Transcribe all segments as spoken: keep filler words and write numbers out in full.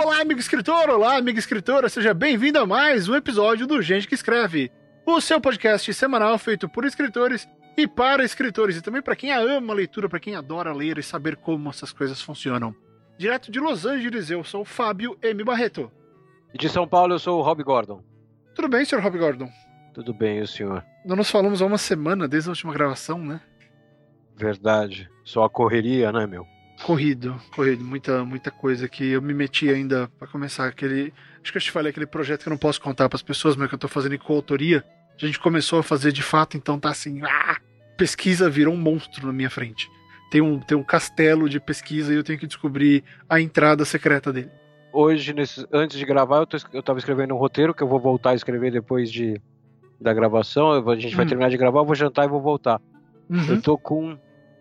Olá, amigo escritor! Olá, amiga escritora! Seja bem-vindo a mais um episódio do Gente que Escreve, o seu podcast semanal feito por escritores e para escritores, e também para quem ama a leitura, para quem adora ler e saber como essas coisas funcionam. Direto de Los Angeles, eu sou o Fábio M. Barreto. E de São Paulo, eu sou o Rob Gordon. Tudo bem, senhor Rob Gordon? Tudo bem, e o senhor? Não nos falamos há uma semana desde a última gravação, né? Verdade. Só a correria, né, meu? Corrido, corrido. Muita, muita coisa que eu me meti ainda pra começar aquele... Acho que eu te falei, aquele projeto que eu não posso contar pras pessoas, mas que eu tô fazendo em coautoria. A gente começou a fazer de fato, então tá assim... Ah, pesquisa virou um monstro na minha frente. Tem um, tem um castelo de pesquisa e eu tenho que descobrir a entrada secreta dele. Hoje, nesse, antes de gravar, eu, tô, eu tava escrevendo um roteiro que eu vou voltar a escrever depois de, da gravação. A gente vai hum. terminar de gravar, eu vou jantar e vou voltar. Uhum. Eu tô com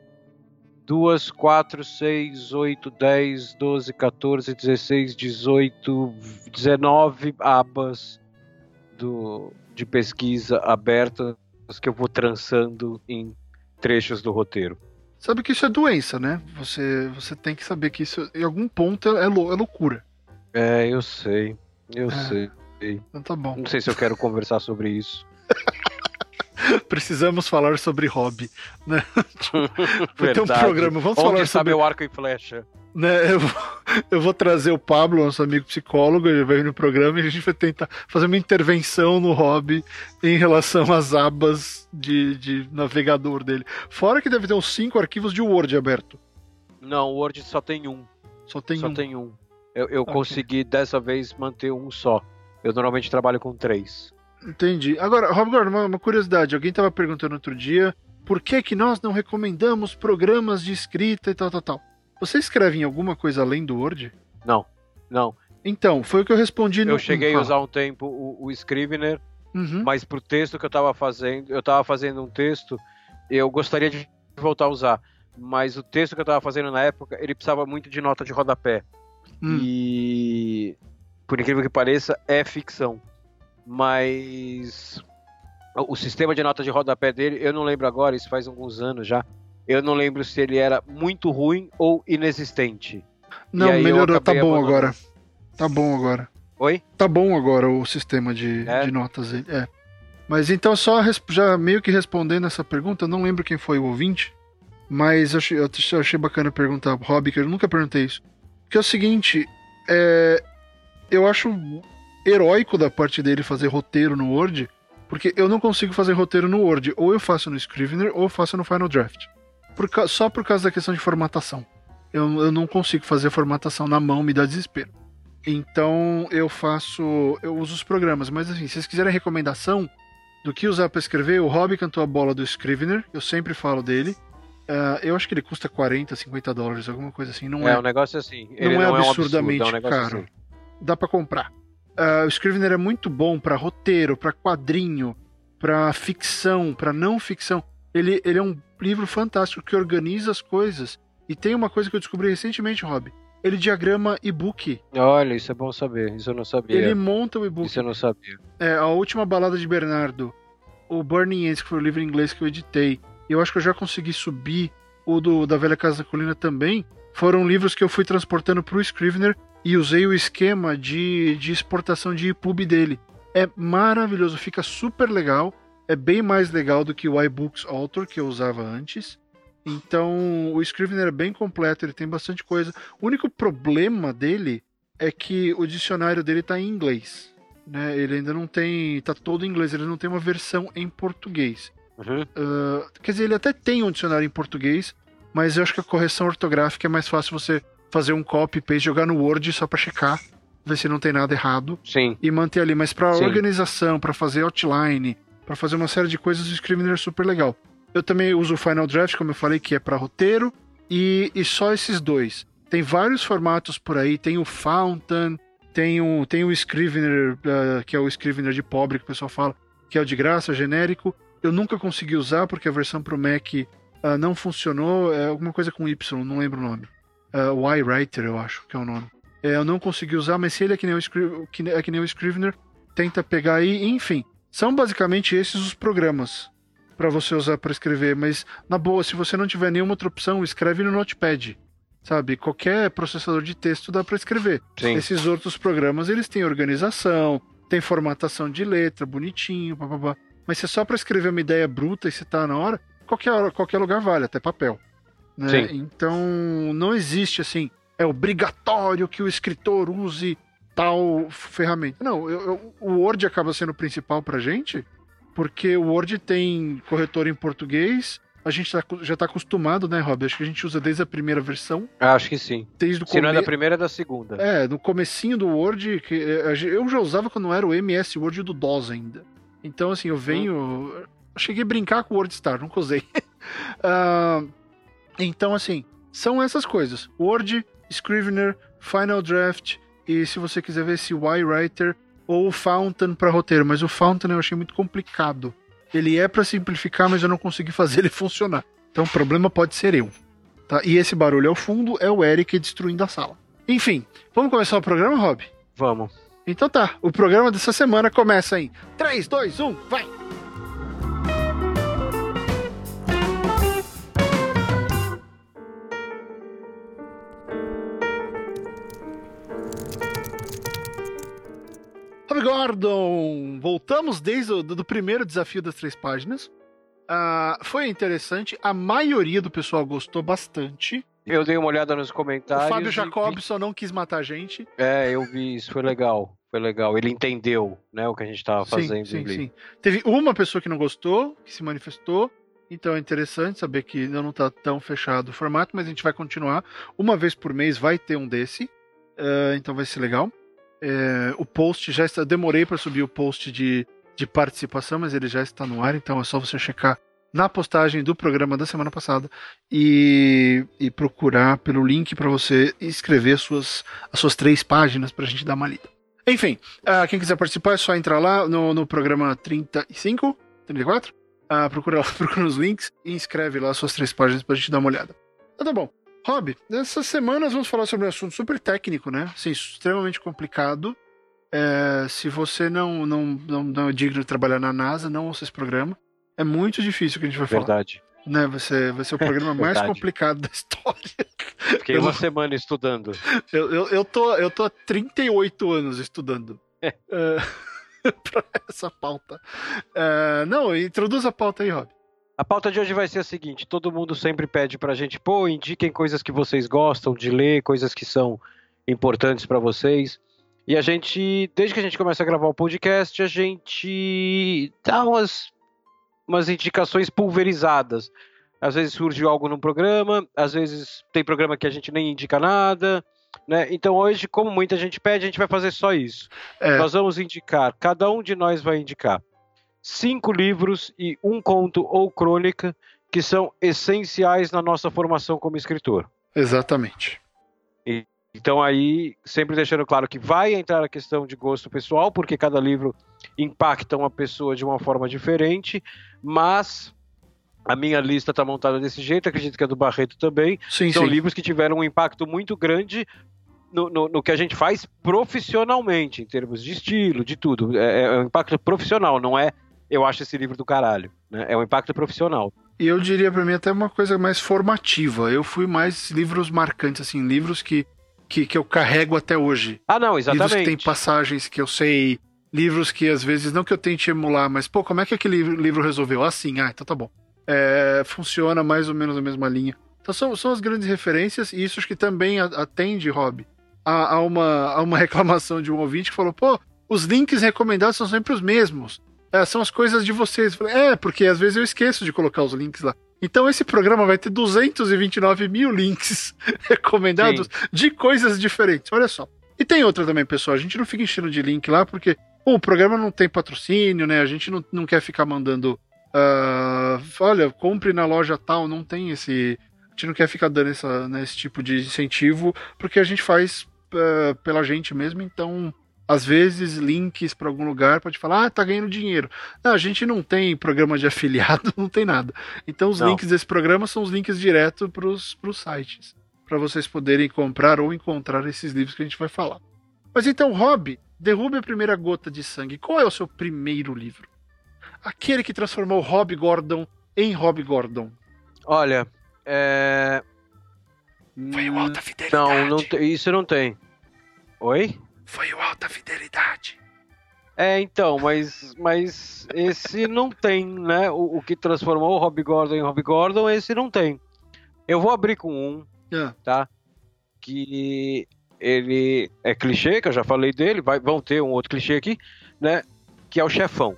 duas, quatro, seis, oito, dez, doze, quatorze, dezesseis, dezoito, dezenove abas do, de pesquisa abertas que eu vou trançando em trechos do roteiro. Sabe que isso é doença, né? Você, você tem que saber que isso, em algum ponto, é, lou- é loucura. É, eu sei. Eu é. sei. Então tá bom. Não sei se eu quero conversar sobre isso. Precisamos falar sobre hobby, né? Vai ter um programa, vamos Onde falar está sobre... meu arco e flecha? Né, eu, vou, eu vou trazer o Pablo, nosso amigo psicólogo, ele vai vir no programa e a gente vai tentar fazer uma intervenção no hobby em relação às abas de, de navegador dele. Fora que deve ter uns cinco arquivos de Word aberto. Não, o Word só tem um. Só tem só um? tem um. Eu, eu okay. consegui dessa vez manter um só. Eu normalmente trabalho com três. Entendi. Agora, Rob Gordon, uma, uma curiosidade. Alguém estava perguntando outro dia por que que nós não recomendamos programas de escrita e tal, tal, tal. Você escreve em alguma coisa além do Word? Não, não. Então, foi o que eu respondi no... Eu cheguei a usar um tempo o, o Scrivener, uhum. mas pro texto que eu tava fazendo, eu tava fazendo um texto, eu gostaria de voltar a usar, mas o texto que eu tava fazendo na época, ele precisava muito de nota de rodapé. Hum. E, por incrível que pareça, é ficção. Mas o sistema de nota de rodapé dele, eu não lembro agora, isso faz alguns anos já, eu não lembro se ele era muito ruim ou inexistente. Não, melhorou, tá bom abandonando. agora. Tá bom agora. Oi? Tá bom agora o sistema de, é? de notas. É. Mas então, só já meio que respondendo essa pergunta, eu não lembro quem foi o ouvinte, mas eu achei, eu achei bacana perguntar pro Rob, que eu nunca perguntei isso. Que é o seguinte, é, eu acho heróico da parte dele fazer roteiro no Word, porque eu não consigo fazer roteiro no Word. Ou eu faço no Scrivener, ou eu faço no Final Draft. Por, só por causa da questão de formatação. Eu, eu não consigo fazer formatação na mão, me dá desespero. Então eu faço, eu uso os programas. Mas assim, se vocês quiserem recomendação do que usar para escrever, o Rob cantou a bola do Scrivener, eu sempre falo dele. Uh, eu acho que ele custa quarenta, cinquenta dólares, alguma coisa assim. Não é, é um negócio assim. Ele não, não é absurdamente é um absurdo, é um caro. assim. Dá para comprar. Uh, o Scrivener é muito bom para roteiro, para quadrinho, para ficção, para não ficção. Ele, ele é um livro fantástico que organiza as coisas. E tem uma coisa que eu descobri recentemente, Rob. Ele diagrama e-book. Olha, isso é bom saber. Isso eu não sabia. Ele monta o e-book. Isso eu não sabia. É, a última balada de Bernardo, o Burning Ends, que foi o livro em inglês que eu editei. Eu acho que eu já consegui subir o do, da Velha Casa da Colina também. Foram livros que eu fui transportando pro Scrivener e usei o esquema de, de exportação de E P U B dele. É maravilhoso, fica super legal. É bem mais legal do que o iBooks Author, que eu usava antes. Então, o Scrivener é bem completo, ele tem bastante coisa. O único problema dele é que o dicionário dele está em inglês. Né? Ele ainda não tem... Está todo em inglês, ele não tem uma versão em português. Uhum. Uh, quer dizer, ele até tem um dicionário em português, mas eu acho que a correção ortográfica é mais fácil você fazer um copy paste, jogar no Word só para checar, ver se não tem nada errado. Sim. E manter ali. Mas para Sim. organização, para fazer outline, para fazer uma série de coisas, o Scrivener é super legal. Eu também uso o Final Draft, como eu falei, que é para roteiro, e, e só esses dois. Tem vários formatos por aí, tem o Fountain, tem o, tem o Scrivener, uh, que é o Scrivener de pobre, que o pessoal fala, que é o de graça, genérico. Eu nunca consegui usar, porque a versão pro Mac uh, não funcionou, é alguma coisa com Y, não lembro o nome. Uh, Y-Writer, eu acho que é o nome. É, eu não consegui usar, mas se ele é que nem, o Scrivener, que, é que nem o Scrivener, tenta pegar aí, enfim. São basicamente esses os programas para você usar para escrever, mas na boa, se você não tiver nenhuma outra opção, escreve no Notepad. sabe? Qualquer processador de texto dá para escrever. Sim. Esses outros programas, eles têm organização, tem formatação de letra, bonitinho, papapá. Mas se é só para escrever uma ideia bruta e citar na hora, qualquer, qualquer lugar vale, até papel. Né? Sim. Então, não existe assim, é obrigatório que o escritor use tal ferramenta. Não, eu, eu, o Word acaba sendo o principal pra gente, porque o Word tem corretor em português, a gente tá, já tá acostumado, né, Rob? Acho que a gente usa desde a primeira versão. Acho que sim. Desde o Se come... não é da primeira, é da segunda. É, no comecinho do Word, que eu já usava quando não era o M S Word do DOS ainda. Então, assim, eu venho... Hum. Eu cheguei a brincar com o WordStar, nunca usei. uh, então, assim, são essas coisas. Word, Scrivener, Final Draft, e se você quiser ver esse Y-Writer ou o Fountain para roteiro, mas o Fountain eu achei muito complicado. Ele é para simplificar, mas eu não consegui fazer ele funcionar. Então o problema pode ser eu. Tá? E esse barulho ao fundo é o Eric destruindo a sala. Enfim, vamos começar o programa, Rob? Vamos. Então tá, o programa dessa semana começa em três, dois, um, vai! Rob Gordon, voltamos desde o do primeiro desafio das três páginas. Uh, foi interessante, a maioria do pessoal gostou bastante. Eu dei uma olhada nos comentários. O Fábio Jacobson vi... não quis matar a gente. É, eu vi isso, foi legal, foi legal. Ele entendeu, né, o que a gente estava fazendo. Sim, sim, sim. Teve uma pessoa que não gostou, que se manifestou. Então é interessante saber que ainda não está tão fechado o formato, mas a gente vai continuar. Uma vez por mês vai ter um desse, uh, então vai ser legal. É, o post já está. Demorei para subir o post de, de participação, mas ele já está no ar, então é só você checar na postagem do programa da semana passada e, e procurar pelo link para você escrever as suas, as suas três páginas para a gente dar uma lida. Enfim, uh, quem quiser participar é só entrar lá no, no programa trinta e cinco, trinta e quatro, uh, procura lá, procura nos links e inscreve lá as suas três páginas para a gente dar uma olhada. Então tá bom. Rob, nessa semana nós vamos falar sobre um assunto super técnico, né? Assim, extremamente complicado. É, se você não, não, não, não é digno de trabalhar na NASA, não ouça esse programa. É muito difícil o que a gente vai falar. Verdade. Né? Vai ser, vai ser o programa mais complicado da história. Fiquei uma semana estudando. Eu, eu, eu, tô, eu tô há trinta e oito anos estudando é. uh, pra essa pauta. Uh, não, introduz a pauta aí, Rob. A pauta de hoje vai ser a seguinte: todo mundo sempre pede pra gente, pô, indiquem coisas que vocês gostam de ler, coisas que são importantes pra vocês. E a gente, desde que a gente começa a gravar o podcast, a gente dá umas, umas indicações pulverizadas. Às vezes surge algo num programa, às vezes tem programa que a gente nem indica nada, né? Então hoje, como muita gente pede, a gente vai fazer só isso. É. Nós vamos indicar, cada um de nós vai indicar cinco livros e um conto ou crônica que são essenciais na nossa formação como escritor. Exatamente. E, então aí, sempre deixando claro que vai entrar a questão de gosto pessoal, porque cada livro impacta uma pessoa de uma forma diferente, mas a minha lista está montada desse jeito, acredito que a do Barreto também. Sim, são sim. livros que tiveram um impacto muito grande No, no, no que a gente faz profissionalmente, em termos de estilo, de tudo. É, é um impacto profissional, não é eu acho esse livro do caralho, né? É um impacto profissional. E eu diria pra mim até uma coisa mais formativa. Eu fui mais livros marcantes, assim, livros que, que, que eu carrego até hoje. Ah, não, exatamente. Livros que tem passagens que eu sei, livros que às vezes, não que eu tente emular, mas, pô, como é que aquele livro resolveu? Assim, ah, então tá bom. É, funciona mais ou menos na mesma linha. Então são, são as grandes referências, e isso acho que também atende, Rob, a, a, uma, a uma reclamação de um ouvinte que falou, pô, os links recomendados são sempre os mesmos. É, são as coisas de vocês. Falei, é, porque às vezes eu esqueço de colocar os links lá. Então esse programa vai ter duzentos e vinte e nove mil links recomendados Sim. de coisas diferentes. Olha só. E tem outra também, pessoal. A gente não fica enchendo de link lá porque bom, o programa não tem patrocínio, né? A gente não, não quer ficar mandando uh, olha, compre na loja tal. Não tem esse... A gente não quer ficar dando essa, né, esse tipo de incentivo porque a gente faz uh, pela gente mesmo. Então... Às vezes, links para algum lugar pode falar, ah, tá ganhando dinheiro. Não, a gente não tem programa de afiliado, não tem nada. Então, os não. links desse programa são os links direto para os sites, para vocês poderem comprar ou encontrar esses livros que a gente vai falar. Mas então, Rob, derrube a primeira gota de sangue. Qual é o seu primeiro livro? Aquele que transformou Rob Gordon em Rob Gordon. Olha, é... Foi o Alta Fidelidade. Não, não te, isso não tem. Oi? Foi o Alta Fidelidade. É, então, mas, mas esse não tem, né? O, o que transformou o Rob Gordon em Rob Gordon, esse não tem. Eu vou abrir com um, é. tá? Que ele é clichê, que eu já falei dele, vai, vão ter um outro clichê aqui, né? Que é o Chefão.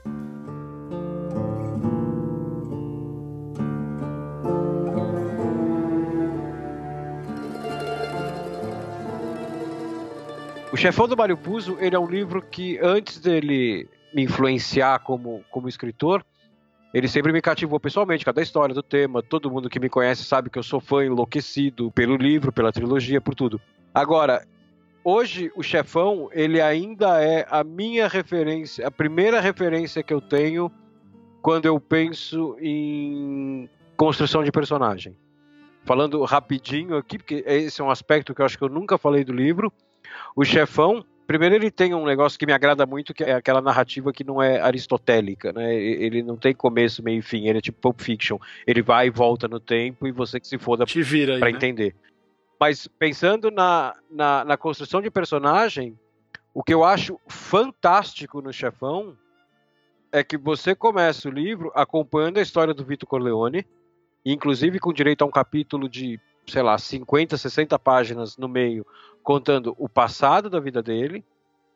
O Chefão do Mário Puzo, ele é um livro que, antes dele me influenciar como, como escritor, ele sempre me cativou pessoalmente, cada história do tema. Todo mundo que me conhece sabe que eu sou fã enlouquecido pelo livro, pela trilogia, por tudo. Agora, hoje, o Chefão, ele ainda é a minha referência, a primeira referência que eu tenho quando eu penso em construção de personagem. Falando rapidinho aqui, porque esse é um aspecto que eu acho que eu nunca falei do livro. O Chefão, primeiro ele tem um negócio que me agrada muito, que é aquela narrativa que não é aristotélica, né? Ele não tem começo, meio e fim, ele é tipo Pulp Fiction. Ele vai e volta no tempo e você que se foda Te vira aí, pra né? entender. Mas pensando na, na, na construção de personagem, o que eu acho fantástico no Chefão é que você começa o livro acompanhando a história do Vito Corleone, inclusive com direito a um capítulo de, sei lá, cinquenta, sessenta páginas no meio, contando o passado da vida dele.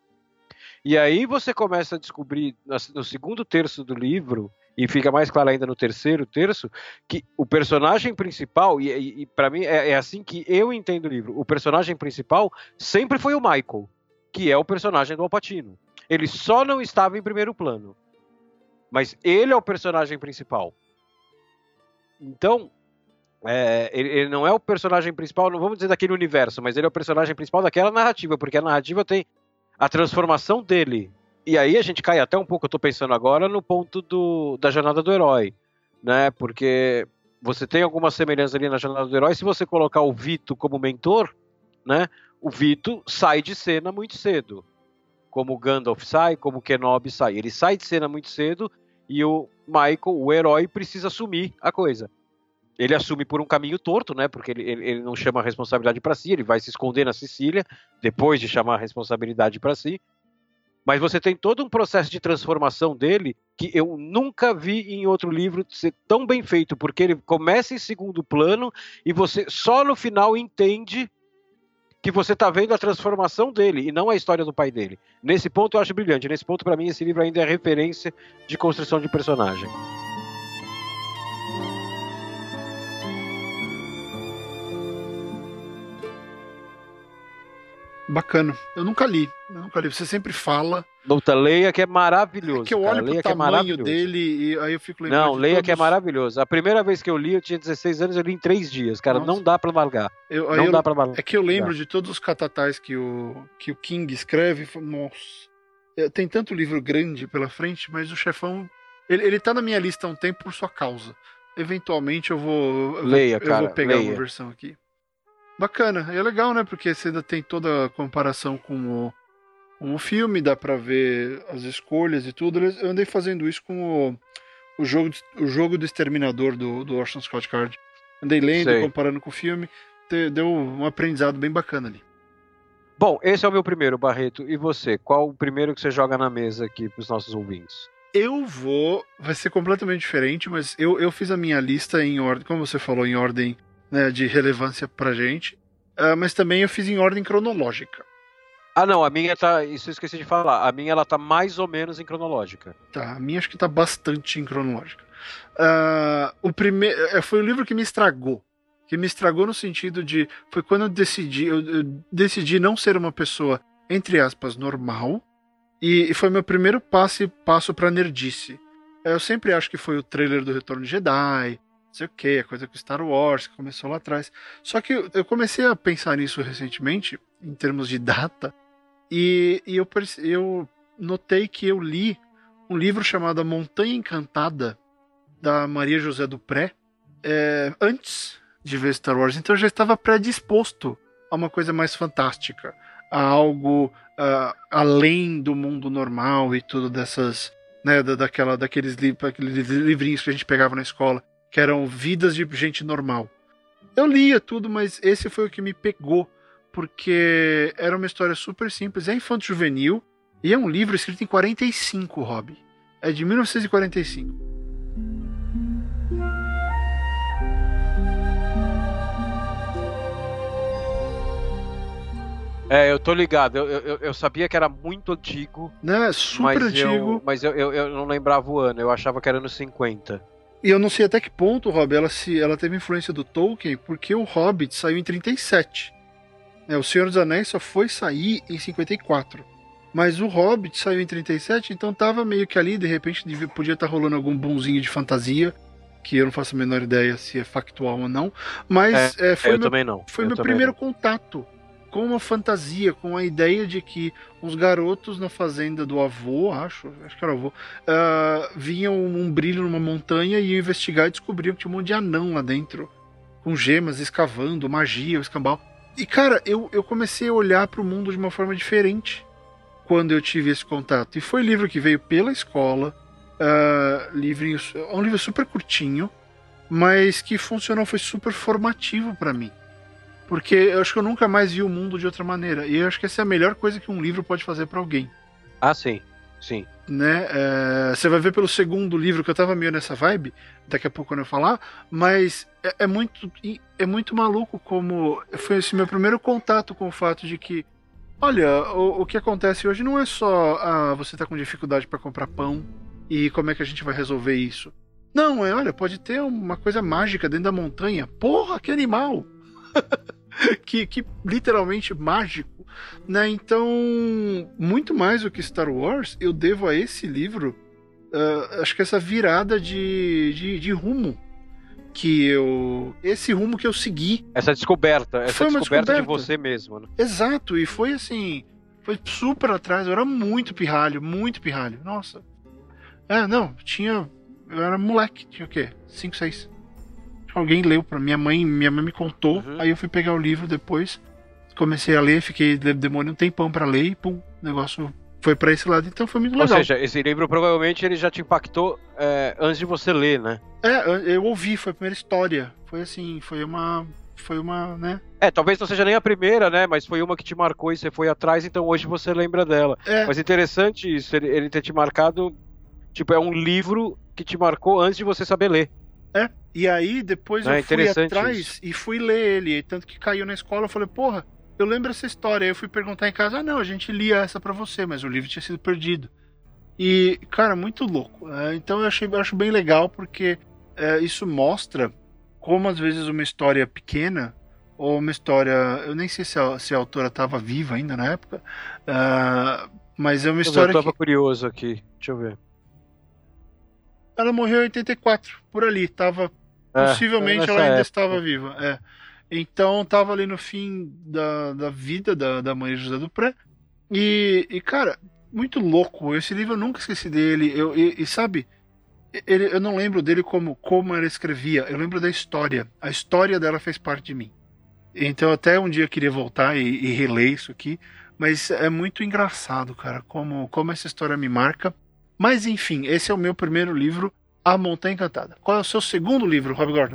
E aí você começa a descobrir, no segundo terço do livro, e fica mais claro ainda no terceiro terço, que o personagem principal, e, e, e para mim é, é assim que eu entendo o livro, o personagem principal sempre foi o Michael, que é o personagem do Al Pacino. Ele só não estava em primeiro plano. Mas ele é o personagem principal. Então, é, ele, ele não é o personagem principal, não vamos dizer daquele universo, mas ele é o personagem principal daquela narrativa, porque a narrativa tem a transformação dele. E aí a gente cai até um pouco, eu tô pensando agora, no ponto do, da jornada do herói, né? Porque você tem alguma semelhança ali na jornada do herói, se você colocar o Vito como mentor, né? O Vito sai de cena muito cedo. Como o Gandalf sai, como o Kenobi sai. Ele sai de cena muito cedo e o Michael, o herói, precisa assumir a coisa. Ele assume por um caminho torto, né? Porque ele, ele, ele não chama a responsabilidade para si, ele vai se esconder na Sicília depois de chamar a responsabilidade para si. Mas você tem todo um processo de transformação dele que eu nunca vi em outro livro ser tão bem feito, porque ele começa em segundo plano e você só no final entende que você tá vendo a transformação dele e não a história do pai dele. Nesse ponto eu acho brilhante. Nesse ponto, para mim, esse livro ainda é referência de construção de personagem. Bacana. Eu nunca li. Eu nunca li. Você sempre fala. Douta, leia que é maravilhoso. É que eu olho cara. pro tamanho é dele e aí eu fico lembrando. Não, de leia todos... que é maravilhoso. A primeira vez que eu li, eu tinha dezesseis anos, eu li em três dias. Cara, Nossa. não dá pra largar. Eu, não eu, dá pra largar. É que eu lembro de todos os catatais que o, que o King escreve. Nossa. Tem tanto livro grande pela frente, mas o Chefão. Ele, ele tá na minha lista há um tempo por sua causa. Eventualmente eu vou. Eu leia, vou, cara. Eu vou pegar leia. uma versão aqui. Bacana. E é legal, né? Porque você ainda tem toda a comparação com o, com o filme, dá pra ver as escolhas e tudo. Eu andei fazendo isso com o, o, jogo, o jogo do Exterminador do, do Orson Scott Card. Andei lendo, Sei. comparando com o filme. Deu um aprendizado bem bacana ali. Bom, esse é o meu primeiro, Barreto. E você? Qual o primeiro que você joga na mesa aqui para os nossos ouvintes? Eu vou... Vai ser completamente diferente, mas eu, eu fiz a minha lista em ordem, como você falou, em ordem, né, de relevância pra gente. Uh, mas também eu fiz em ordem cronológica. Ah, não, a minha tá... Isso eu esqueci de falar. A minha, ela tá mais ou menos em cronológica. Tá, a minha acho que tá bastante em cronológica. Uh, o primeiro... Foi o livro que me estragou. Que me estragou no sentido de... Foi quando eu decidi... Eu, eu decidi não ser uma pessoa, entre aspas, normal. E, e foi meu primeiro passo, passo pra nerdice. Eu sempre acho que foi o trailer do Retorno de Jedi. Não sei o que, a coisa com Star Wars, que começou lá atrás. Só que eu, eu comecei a pensar nisso recentemente, em termos de data. E, e eu, eu notei que eu li um livro chamado A Montanha Encantada, da Maria José Dupré, é, antes de ver Star Wars, então eu já estava predisposto a uma coisa mais fantástica, a algo uh, além do mundo normal e tudo dessas, né, da, daquela, daqueles, li, aqueles livrinhos que a gente pegava na escola, que eram vidas de gente normal. Eu lia tudo, mas esse foi o que me pegou, porque era uma história super simples, é infanto-juvenil, e é um livro escrito em quarenta e cinco, Rob. É de mil novecentos e quarenta e cinco. É, eu tô ligado. Eu, eu, eu sabia que era muito antigo. Né? Super mas antigo. Eu, mas eu, eu, eu não lembrava o ano. Eu achava que era anos cinquenta. E eu não sei até que ponto, Rob, ela, se, ela teve influência do Tolkien, porque o Hobbit saiu em trinta e sete. É, o Senhor dos Anéis só foi sair em cinquenta e quatro. Mas o Hobbit saiu em trinta e sete, então tava meio que ali, de repente podia estar tá rolando algum bonzinho de fantasia, que eu não faço a menor ideia se é factual ou não. Mas é, é, foi eu meu, também não. Foi eu meu também primeiro não. contato com uma fantasia, com a ideia de que uns garotos na fazenda do avô, acho, acho que era o avô, uh, vinham um brilho numa montanha e iam investigar e descobriam que tinha um monte de anão lá dentro, com gemas, escavando, magia, o escambau. E cara, eu, eu comecei a olhar para o mundo de uma forma diferente quando eu tive esse contato. E foi livro que veio pela escola, uh, livrinho, é um livro super curtinho, mas que funcionou, foi super formativo para mim. Porque eu acho que eu nunca mais vi o mundo de outra maneira. E eu acho que essa é a melhor coisa que um livro pode fazer para alguém. Ah, sim. Sim. Né? É, você vai ver pelo segundo livro, que eu tava meio nessa vibe, daqui a pouco quando eu falar, mas é, é, muito, é muito maluco como... Foi esse meu primeiro contato com o fato de que, olha, o, o que acontece hoje não é só ah, você tá com dificuldade para comprar pão e como é que a gente vai resolver isso. Não, é, olha, pode ter uma coisa mágica dentro da montanha. Porra, que animal! que, que literalmente mágico, né? Então, muito mais do que Star Wars, eu devo a esse livro, uh, acho que essa virada de, de, de rumo que eu, esse rumo que eu segui, essa descoberta, essa foi uma descoberta, descoberta de você mesmo, né? Exato, e foi assim, foi super atrás. Eu era muito pirralho, muito pirralho. Nossa, é, não, tinha, eu era moleque, tinha o quê? cinco, seis. Alguém leu pra minha mãe, minha mãe me contou, uhum. Aí eu fui pegar o livro depois, comecei a ler, fiquei, demorei um tempão pra ler e pum, o negócio foi pra esse lado, então foi muito legal. Ou seja, esse livro provavelmente ele já te impactou é, antes de você ler, né? É, eu ouvi, foi a primeira história, foi assim, foi uma, foi uma, né? É, talvez não seja nem a primeira, né, mas foi uma que te marcou e você foi atrás, então hoje você lembra dela. É. Mas interessante isso, ele, ele ter te marcado, tipo, é um livro que te marcou antes de você saber ler. É, e aí depois é eu fui atrás isso. E fui ler ele, tanto que caiu na escola, eu falei, porra, eu lembro essa história, aí eu fui perguntar em casa, ah não, a gente lia essa pra você, mas o livro tinha sido perdido. E, cara, muito louco, é, então eu, achei, eu acho bem legal, porque é, isso mostra como às vezes uma história pequena, ou uma história, eu nem sei se a, se a autora estava viva ainda na época, uh, mas é uma história eu tava que... curioso aqui, deixa eu ver. Ela morreu em oitenta e quatro, por ali, tava, é, possivelmente ela ainda época. Estava viva, é. Então tava ali no fim da, da vida da, da Maria José Dupré, e, e cara, muito louco, esse livro eu nunca esqueci dele, eu, e, e sabe, ele, eu não lembro dele como, como ela escrevia, eu lembro da história, a história dela fez parte de mim, então até um dia eu queria voltar e, e reler isso aqui, mas é muito engraçado, cara, como, como essa história me marca. Mas enfim, esse é o meu primeiro livro, A Montanha Encantada. Qual é o seu segundo livro, Rob Gordon?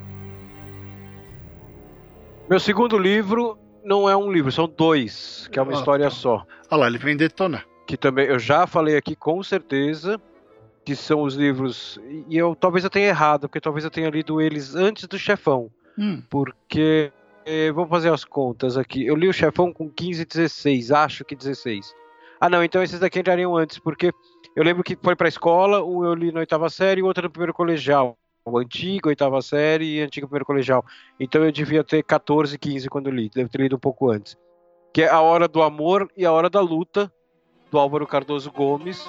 Meu segundo livro não é um livro, são dois, que é uma ah, história tá. só. Ah lá, ele vem detonar. Que também, eu já falei aqui com certeza, que são os livros, e eu talvez eu tenha errado, porque talvez eu tenha lido eles antes do Chefão. Hum. Porque, eh, vamos fazer as contas aqui, eu li o Chefão com quinze, dezesseis, acho que dezesseis. Ah não, então esses daqui entrariam antes, porque... Eu lembro que foi pra escola, um eu li na oitava série e o outro no primeiro colegial. O antigo, oitava série e antigo primeiro colegial. Então eu devia ter catorze, quinze quando li. Devo ter lido um pouco antes. Que é A Hora do Amor e A Hora da Luta, do Álvaro Cardoso Gomes.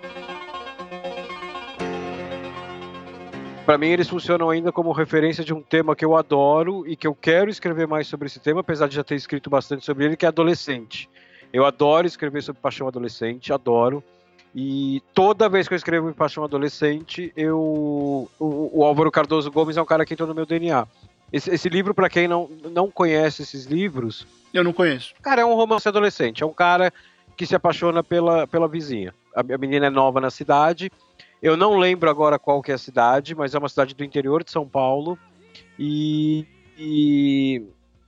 Pra mim eles funcionam ainda como referência de um tema que eu adoro e que eu quero escrever mais sobre esse tema, apesar de já ter escrito bastante sobre ele, que é adolescente. Eu adoro escrever sobre paixão adolescente, adoro. E toda vez que eu escrevo em Paixão Adolescente, eu, o, o Álvaro Cardoso Gomes é um cara que entrou no meu D N A. Esse, esse livro, pra quem não, não conhece esses livros... Eu não conheço. Cara, é um romance adolescente. É um cara que se apaixona pela, pela vizinha. A, a menina é nova na cidade. Eu não lembro agora qual que é a cidade, mas é uma cidade do interior de São Paulo. E, e,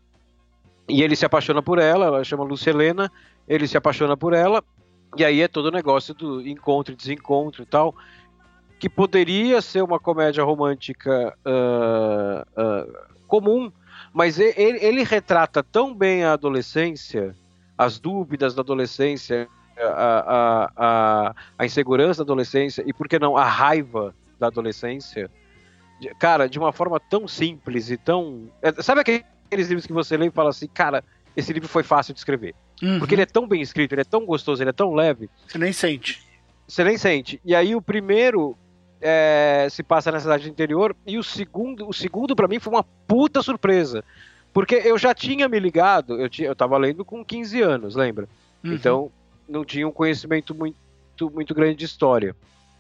e ele se apaixona por ela, ela chama Lúcia Helena, ele se apaixona por ela, e aí é todo o negócio do encontro e desencontro e tal, que poderia ser uma comédia romântica uh, uh, comum, mas ele, ele retrata tão bem a adolescência, as dúvidas da adolescência, a, a, a, a insegurança da adolescência e, por que não, a raiva da adolescência, cara, de uma forma tão simples e tão... Sabe aqueles livros que você lê e fala assim, cara, esse livro foi fácil de escrever? Uhum. Porque ele é tão bem escrito, ele é tão gostoso, ele é tão leve. Você nem sente. Você nem sente. E aí o primeiro é, se passa na cidade do interior e o segundo, o segundo para mim foi uma puta surpresa. Porque eu já tinha me ligado, eu, tinha, eu tava lendo com quinze anos, lembra? Uhum. Então não tinha um conhecimento muito, muito grande de história.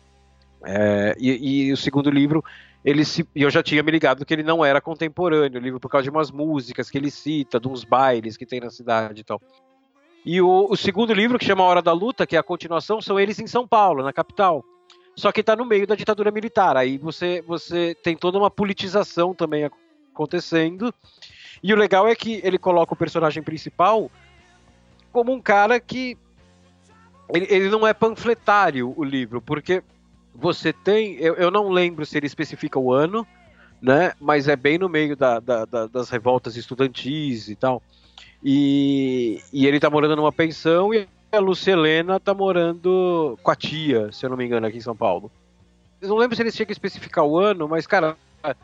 É, e, e o segundo livro, ele se, eu já tinha me ligado que ele não era contemporâneo, o livro por causa de umas músicas que ele cita, de uns bailes que tem na cidade e tal. E o, o segundo livro, que chama A Hora da Luta, que é a continuação, são eles em São Paulo, na capital. Só que está no meio da ditadura militar. Aí você, você tem toda uma politização também acontecendo. E o legal é que ele coloca o personagem principal como um cara que... Ele, ele não é panfletário, o livro, porque você tem... Eu, eu não lembro se ele especifica o ano, né? Mas é bem no meio da, da, da, das revoltas estudantis e tal. E, e ele tá morando numa pensão e a Lúcia Helena tá morando com a tia, se eu não me engano, aqui em São Paulo. Eu não lembro se eles chegam a especificar o ano, mas, cara,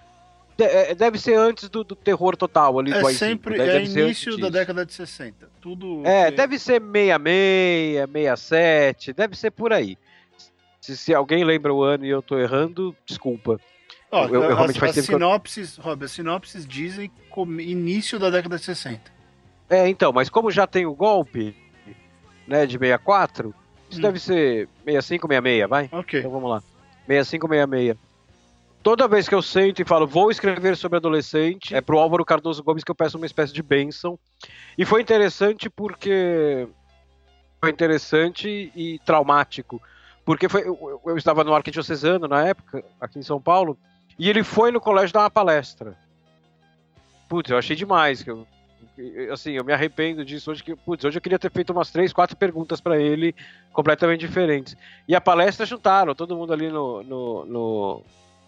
deve ser antes do, do terror total ali. É do sempre, deve, é deve início da década de sessenta. Tudo é, que... deve ser sessenta e seis, sessenta e sete, deve ser por aí. Se, se alguém lembra o ano e eu tô errando, desculpa. Ó, eu, eu, as, as sinopses, eu... Rob, as sinopses dizem como início da década de sessenta. É, então, mas como já tem o golpe, né, de sessenta e quatro, isso hum. deve ser sessenta e cinco, sessenta e seis, vai? Ok. Então vamos lá. sessenta e cinco, sessenta e seis. Toda vez que eu sento e falo, vou escrever sobre adolescente, é pro Álvaro Cardoso Gomes que eu peço uma espécie de bênção. E foi interessante porque... Foi interessante e traumático. Porque foi, eu, eu estava no Arquidiocesano na época, aqui em São Paulo, e ele foi no colégio dar uma palestra. Putz, eu achei demais, que eu... Assim, eu me arrependo disso hoje, que, putz, hoje eu queria ter feito umas três, quatro perguntas para ele, completamente diferentes. E a palestra juntaram, todo mundo ali no, no, no,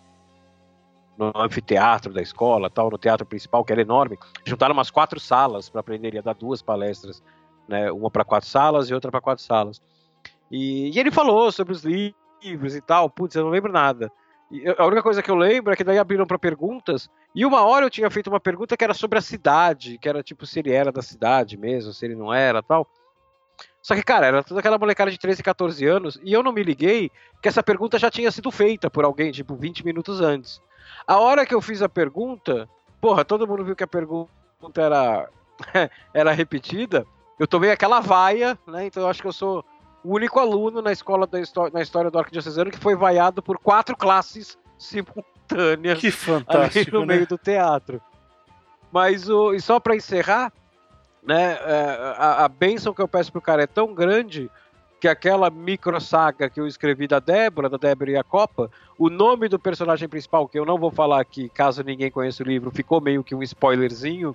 no anfiteatro da escola, tal, no teatro principal, que era enorme, juntaram umas quatro salas para aprender, ele ia dar duas palestras, né, uma para quatro salas e outra para quatro salas. E, e ele falou sobre os livros e tal, putz, eu não lembro nada. E a única coisa que eu lembro é que daí abriram para perguntas, e uma hora eu tinha feito uma pergunta que era sobre a cidade, que era tipo se ele era da cidade mesmo, se ele não era, tal. Só que, cara, era toda aquela molecada de treze, quatorze anos, e eu não me liguei que essa pergunta já tinha sido feita por alguém, tipo, vinte minutos antes. A hora que eu fiz a pergunta, porra, todo mundo viu que a pergunta era, era repetida, eu tomei aquela vaia, né, então eu acho que eu sou... o único aluno na escola da história, na história do Arquidiocesano que foi vaiado por quatro classes simultâneas. Que fantástico, ali no né? meio do teatro. Mas o, e só para encerrar, né, a, a bênção que eu peço pro cara é tão grande que aquela micro saga que eu escrevi da Débora, da Débora e a Copa, o nome do personagem principal, que eu não vou falar aqui, caso ninguém conheça o livro, ficou meio que um spoilerzinho,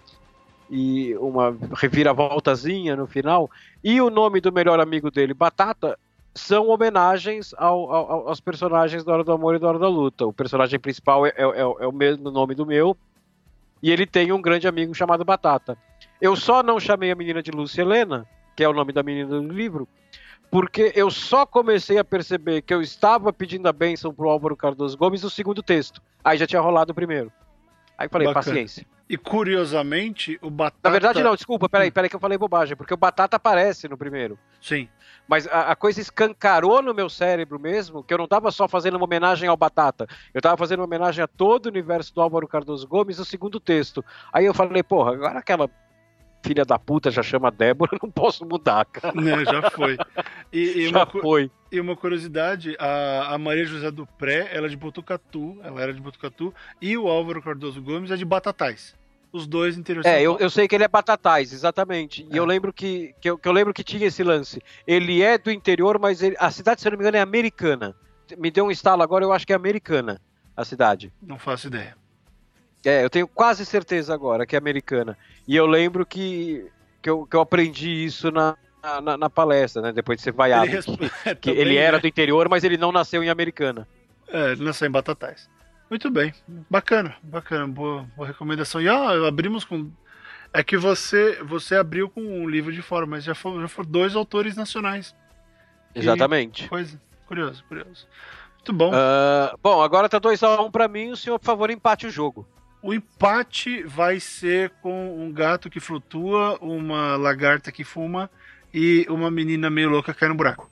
e uma reviravoltazinha no final, e o nome do melhor amigo dele, Batata, são homenagens ao, ao, aos personagens da Hora do Amor e da Hora da Luta. O personagem principal é, é, é o mesmo nome do meu, e ele tem um grande amigo chamado Batata. Eu só não chamei a menina de Lúcia Helena, que é o nome da menina do livro, porque eu só comecei a perceber que eu estava pedindo a bênção pro Álvaro Cardoso Gomes no segundo texto. Aí já tinha rolado o primeiro. Aí falei, bacana. Paciência. E curiosamente, o Batata... Na verdade não, desculpa, peraí, peraí que eu falei bobagem, porque o Batata aparece no primeiro. Sim. Mas a, a coisa escancarou no meu cérebro mesmo, que eu não tava só fazendo uma homenagem ao Batata, eu tava fazendo uma homenagem a todo o universo do Álvaro Cardoso Gomes no segundo texto. Aí eu falei, porra, agora aquela filha da puta já chama Débora, eu não posso mudar, cara. Não, já foi. E, e já uma, foi. E uma curiosidade, a, a Maria José do Pré, ela é de Botucatu, ela era de Botucatu, e o Álvaro Cardoso Gomes é de Batatais. Os dois interior de São É, Paulo. eu, eu sei que ele é Batatais, exatamente. E é. eu lembro que, que, eu, que eu lembro que tinha esse lance. Ele é do interior, mas ele, a cidade, se eu não me engano, é americana. Me deu um estalo agora, eu acho que é americana a cidade. Não faço ideia. É, eu tenho quase certeza agora que é americana. E eu lembro que, que, eu, que eu aprendi isso na, na, na palestra, né? Depois de ser vaiado. Ele, que, que também, ele era, né, do interior, mas ele não nasceu em Americana. É, ele nasceu em Batatais. Muito bem. Bacana, bacana. Boa, boa recomendação. E ó, abrimos com... É que você, você abriu com um livro de fora, mas já foram, já foram dois autores nacionais. Exatamente. Que coisa. Curioso, curioso. Muito bom. Uh, bom, agora tá dois a um pra mim. O senhor, por favor, empate o jogo. O empate vai ser com um gato que flutua, uma lagarta que fuma e uma menina meio louca que cai no buraco.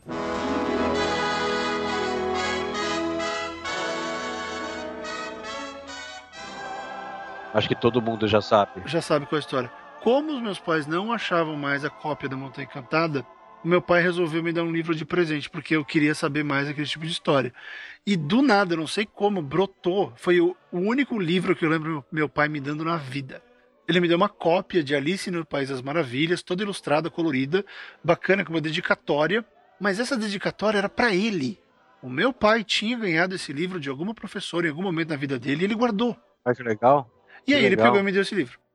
Acho que todo mundo já sabe. Já sabe qual é a história. Como os meus pais não achavam mais a cópia da Montanha Encantada, o meu pai resolveu me dar um livro de presente, porque eu queria saber mais aquele tipo de história. E do nada, não sei como, brotou. Foi o, o único livro que eu lembro meu pai me dando na vida. Ele me deu uma cópia de Alice no País das Maravilhas, toda ilustrada, colorida, bacana, com uma dedicatória. Mas essa dedicatória era para ele. O meu pai tinha ganhado esse livro de alguma professora em algum momento na vida dele e ele guardou. Ah, que legal. E que aí legal. Ele pegou e me deu esse livro.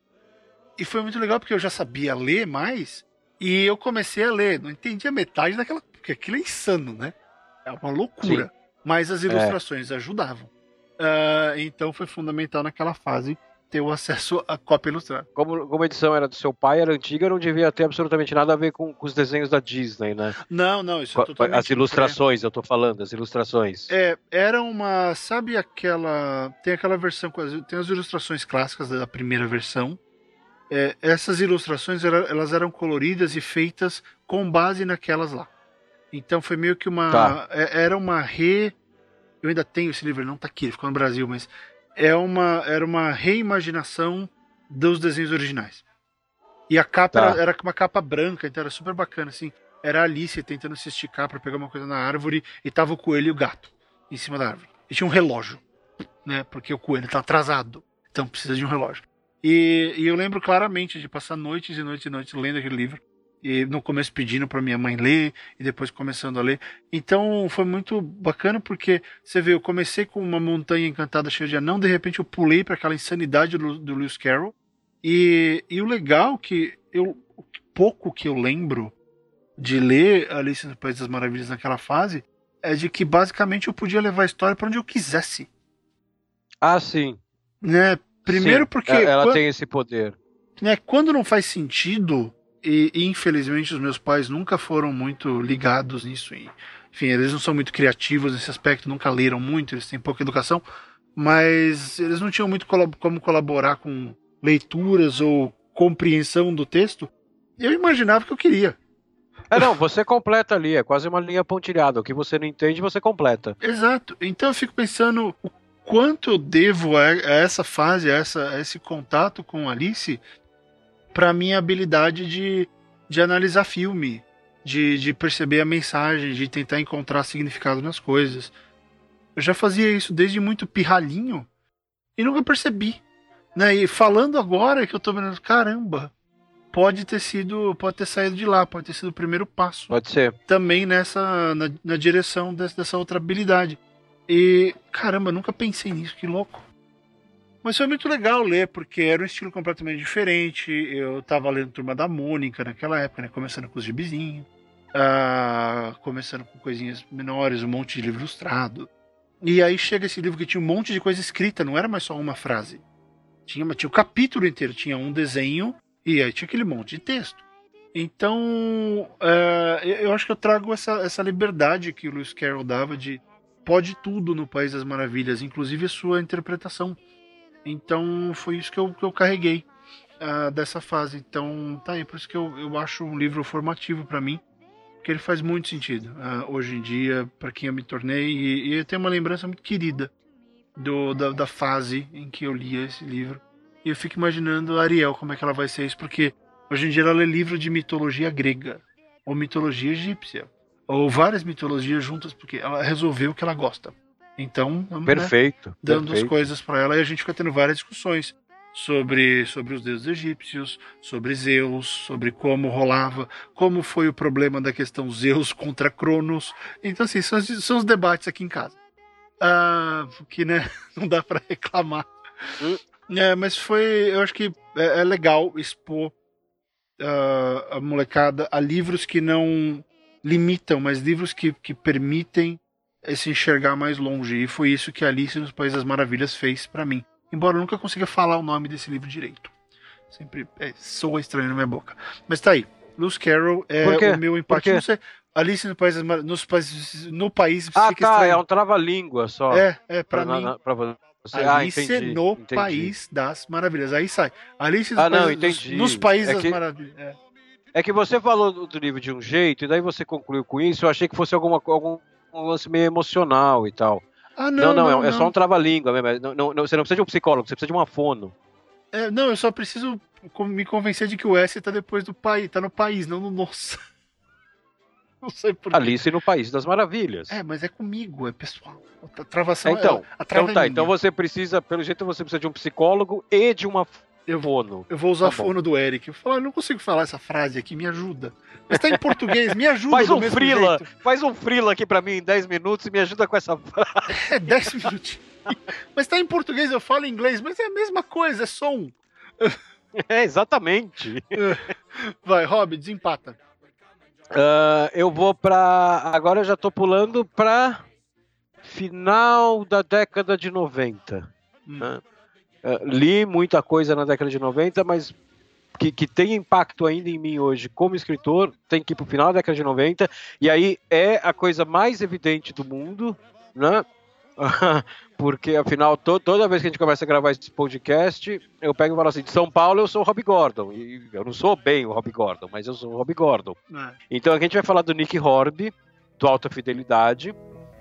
E foi muito legal porque eu já sabia ler mais e eu comecei a ler. Não entendia metade daquela... Porque aquilo é insano, né? É uma loucura. Sim. Mas as ilustrações é. ajudavam. Uh, então foi fundamental naquela fase ter o acesso à cópia ilustrada. Como, como a edição era do seu pai, era antiga, não devia ter absolutamente nada a ver com, com os desenhos da Disney, né? Não, não, isso é totalmente... As ilustrações, é. eu tô falando, as ilustrações. É, era uma... Sabe aquela... Tem aquela versão... Tem as ilustrações clássicas da primeira versão. É, essas ilustrações, elas eram coloridas e feitas com base naquelas lá. Então foi meio que uma... Tá. Era uma re... Eu ainda tenho esse livro, ele não tá aqui, ele ficou no Brasil, mas... É uma, era uma reimaginação dos desenhos originais. E a capa tá. era, era uma capa branca, então era super bacana, assim. Era a Alice tentando se esticar para pegar uma coisa na árvore e tava o coelho e o gato em cima da árvore. E tinha um relógio, né? Porque o coelho tá atrasado, então precisa de um relógio. E, e eu lembro claramente de passar noites e noites e noites lendo aquele livro. E no começo pedindo para minha mãe ler, e depois começando a ler. Então foi muito bacana, porque você vê, eu comecei com uma montanha encantada cheia de anão, de repente eu pulei para aquela insanidade do, do Lewis Carroll. E, e o legal que eu, o pouco que eu lembro de ler Alice no País das Maravilhas naquela fase, é de que basicamente eu podia levar a história para onde eu quisesse. Ah, sim. Né? Primeiro sim, porque... Ela quando, tem esse poder. Né, quando não faz sentido... E, e infelizmente os meus pais nunca foram muito ligados nisso. E, enfim, eles não são muito criativos nesse aspecto, nunca leram muito, eles têm pouca educação, mas eles não tinham muito colab- como colaborar com leituras ou compreensão do texto. Eu imaginava que eu queria. É, não, você completa ali, é quase uma linha pontilhada. O que você não entende, você completa. Exato. Então eu fico pensando o quanto eu devo a, a essa fase, a, essa, a esse contato com Alice, para minha habilidade de, de analisar filme, de, de perceber a mensagem, de tentar encontrar significado nas coisas. Eu já fazia isso desde muito pirralhinho e nunca percebi. Né? E falando agora que eu tô vendo, caramba, pode ter sido, pode ter saído de lá, pode ter sido o primeiro passo. Pode ser. Também nessa, na, na direção dessa, dessa outra habilidade. E, caramba, eu nunca pensei nisso, que louco. Mas foi muito legal ler, porque era um estilo completamente diferente. Eu tava lendo Turma da Mônica naquela época, né? Começando com os gibizinhos, uh, começando com coisinhas menores, um monte de livro ilustrado. E aí chega esse livro que tinha um monte de coisa escrita, não era mais só uma frase. Tinha, tinha o capítulo inteiro, tinha um desenho e aí tinha aquele monte de texto. Então, uh, eu acho que eu trago essa, essa liberdade que o Lewis Carroll dava de pode tudo no País das Maravilhas, inclusive a sua interpretação. Então foi isso que eu, que eu carreguei uh, dessa fase. Então tá aí, por isso que eu, eu acho um livro formativo para mim, porque ele faz muito sentido uh, hoje em dia, para quem eu me tornei, e, e eu tenho uma lembrança muito querida do, da, da fase em que eu lia esse livro. E eu fico imaginando a Ariel, como é que ela vai ser isso, porque hoje em dia ela lê livro de mitologia grega, ou mitologia egípcia, ou várias mitologias juntas, porque ela resolveu o que ela gosta. Então, perfeito, né, dando perfeito. as coisas para ela, e a gente fica tendo várias discussões sobre, sobre os deuses egípcios, sobre Zeus, sobre como rolava, como foi o problema da questão Zeus contra Cronos. Então, assim, são, são os debates aqui em casa. Ah, que, né, não dá para reclamar Hum. É, mas foi, eu acho que é, é legal expor uh, a molecada a livros que não limitam, mas livros que, que permitem se enxergar mais longe. E foi isso que Alice nos Países das Maravilhas fez pra mim. Embora eu nunca consiga falar o nome desse livro direito. Sempre é, soa estranho na minha boca. Mas tá aí. Lewis Carroll é o meu empate. Não sei, Alice no País, nos países, no país Ah, tá, estranho. É um trava-língua só. É, é pra, pra mim. Na, pra você. Alice ah, entendi, no entendi. País das Maravilhas. Aí sai. Alice nos, ah, não, países, entendi. nos Países é das que, Maravilhas. É. é que você falou do, do livro de um jeito, e daí você concluiu com isso. Eu achei que fosse alguma, algum um lance meio emocional e tal. Ah, não, não, não, não é, é só um trava-língua mesmo. Não, não, não, você não precisa de um psicólogo, você precisa de uma fono. É, não, eu só preciso me convencer de que o S tá depois do país, tá no país, não no nosso. Não sei por quê. Alice no País das Maravilhas. É, mas é comigo, é pessoal. A travação é, então, é, a trava então tá, é então você precisa, pelo jeito você precisa de um psicólogo e de uma eu, fono. Eu vou usar tá a fono do Eric. Eu vou falar, eu não consigo falar essa frase aqui, me ajuda. Mas tá em português, me ajuda. Faz do um mesmo frila, jeito. faz um frila aqui pra mim em dez minutos e me ajuda com essa frase. É, dez minutos. Mas tá em português, eu falo inglês, mas é a mesma coisa, é som. É, exatamente. Vai, Rob, desempata. Uh, eu vou pra... Agora eu já tô pulando pra final da década de noventa. Hum. Né? Uh, li muita coisa na década de noventa, mas que, que tem impacto ainda em mim hoje como escritor, tem que ir pro final da década de noventa, e aí é a coisa mais evidente do mundo, né? Porque afinal, to, toda vez que a gente começa a gravar esse podcast, eu pego e falo assim, de São Paulo eu sou o Rob Gordon, e eu não sou bem o Rob Gordon, mas eu sou o Rob Gordon. É. Então aqui a gente vai falar do Nick Hornby, do Alta Fidelidade.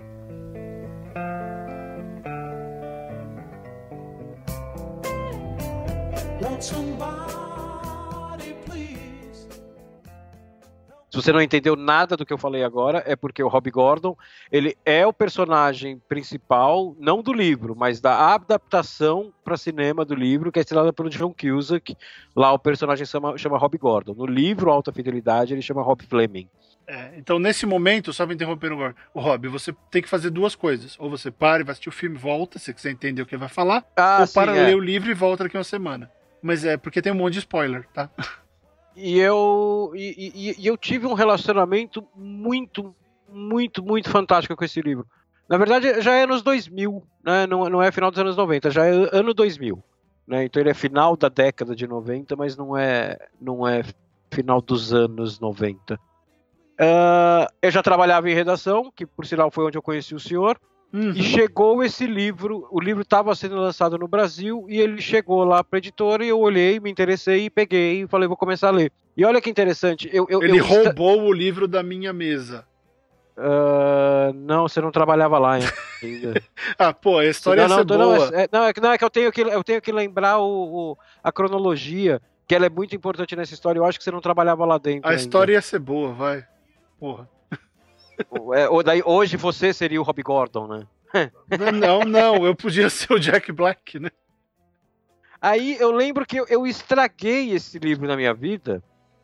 Se você não entendeu nada do que eu falei agora, é porque o Rob Gordon, ele é o personagem principal, não do livro, mas da adaptação para cinema do livro, que é estrelada pelo John Cusack. Lá o personagem chama, chama Rob Gordon. No livro Alta Fidelidade, ele chama Rob Fleming. É, então, nesse momento, só me interrompendo agora, o Rob, você tem que fazer duas coisas. Ou você para e vai assistir o filme, volta, se quiser entender o que ele vai falar, ah, ou sim, para é. ler o livro e volta daqui uma semana. Mas é porque tem um monte de spoiler, tá? E eu, e, e, e eu tive um relacionamento muito, muito, muito fantástico com esse livro. Na verdade, já é anos dois mil, né? não, não é final dos anos noventa, já é ano dois mil. Né? Então ele é final da década de noventa, mas não é, não é final dos anos noventa. Uh, eu já trabalhava em redação, que por sinal foi onde eu conheci o senhor. Uhum. E chegou esse livro, o livro estava sendo lançado no Brasil e ele chegou lá para a editora e eu olhei, me interessei e peguei e falei, vou começar a ler. E olha que interessante. Eu, eu, ele eu roubou esta... o livro da minha mesa. Uh, não, você não trabalhava lá ainda. Ah, pô, a história não, ia não, ser não, boa. É, não, é que, não, é que eu tenho que, eu tenho que lembrar o, o, a cronologia, que ela é muito importante nessa história. Eu acho que você não trabalhava lá dentro. A ainda. história ia ser boa, vai. Porra. É, ou daí, hoje você seria o Rob Gordon, né? Não, não, eu podia ser o Jack Black, né? Aí eu lembro que eu, eu estraguei esse livro na minha vida,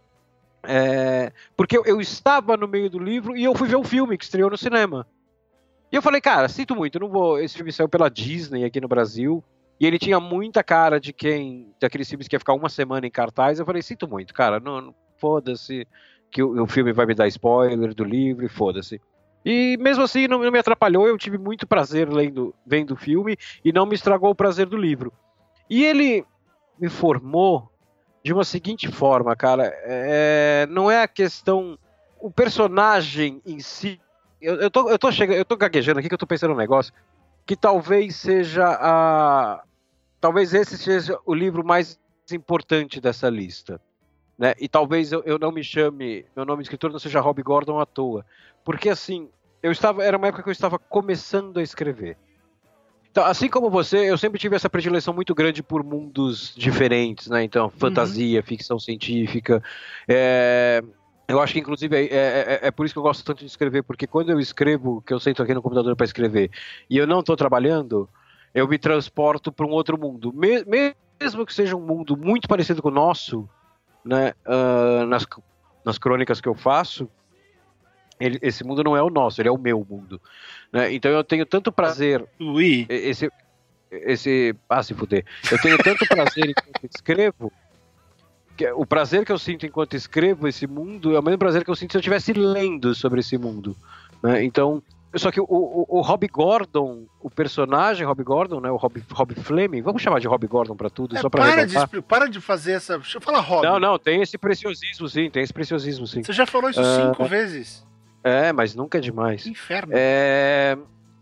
é, porque eu, eu estava no meio do livro e eu fui ver o filme que estreou no cinema. E eu falei, cara, sinto muito, eu não vou. Esse filme saiu pela Disney aqui no Brasil e ele tinha muita cara de quem, daqueles filmes que ia ficar uma semana em cartaz. Eu falei, sinto muito, cara, não, não foda-se que o, o filme vai me dar spoiler do livro e foda-se. E mesmo assim não, não me atrapalhou, eu tive muito prazer lendo, vendo o filme e não me estragou o prazer do livro. E ele me formou de uma seguinte forma, cara, é, não é a questão, o personagem em si, eu, eu, tô, eu, tô chegando, eu tô gaguejando aqui que eu tô pensando num negócio, que talvez seja a, talvez esse seja o livro mais importante dessa lista. Né? E talvez eu, eu não me chame, meu nome de escritor não seja Rob Gordon à toa, porque assim, eu estava, era uma época que eu estava começando a escrever. Então, assim como você, eu sempre tive essa predileção muito grande por mundos diferentes, né? Então, fantasia, uhum. ficção científica. É, eu acho que, inclusive, é, é, é por isso que eu gosto tanto de escrever, porque quando eu escrevo, que eu sento aqui no computador para escrever, e eu não estou trabalhando, eu me transporto para um outro mundo. Me, mesmo que seja um mundo muito parecido com o nosso, né? Uh, nas, nas crônicas que eu faço, Ele, esse mundo não é o nosso, ele é o meu mundo, né? Então eu tenho tanto prazer. Oui. Esse, esse... Ah, se fuder. Eu tenho tanto prazer enquanto escrevo, que o prazer que eu sinto enquanto escrevo esse mundo é o mesmo prazer que eu sinto se eu estivesse lendo sobre esse mundo, né? Então, só que o, o, o Rob Gordon, o personagem Rob Gordon, né, o Rob, Rob Fleming, vamos chamar de Rob Gordon pra tudo, é, só pra para de, para de fazer essa... Deixa eu falar Rob. Não, não, tem esse preciosismo sim, tem esse preciosismo sim. Você já falou isso uh, cinco vezes. É, mas nunca é demais. Que inferno. É...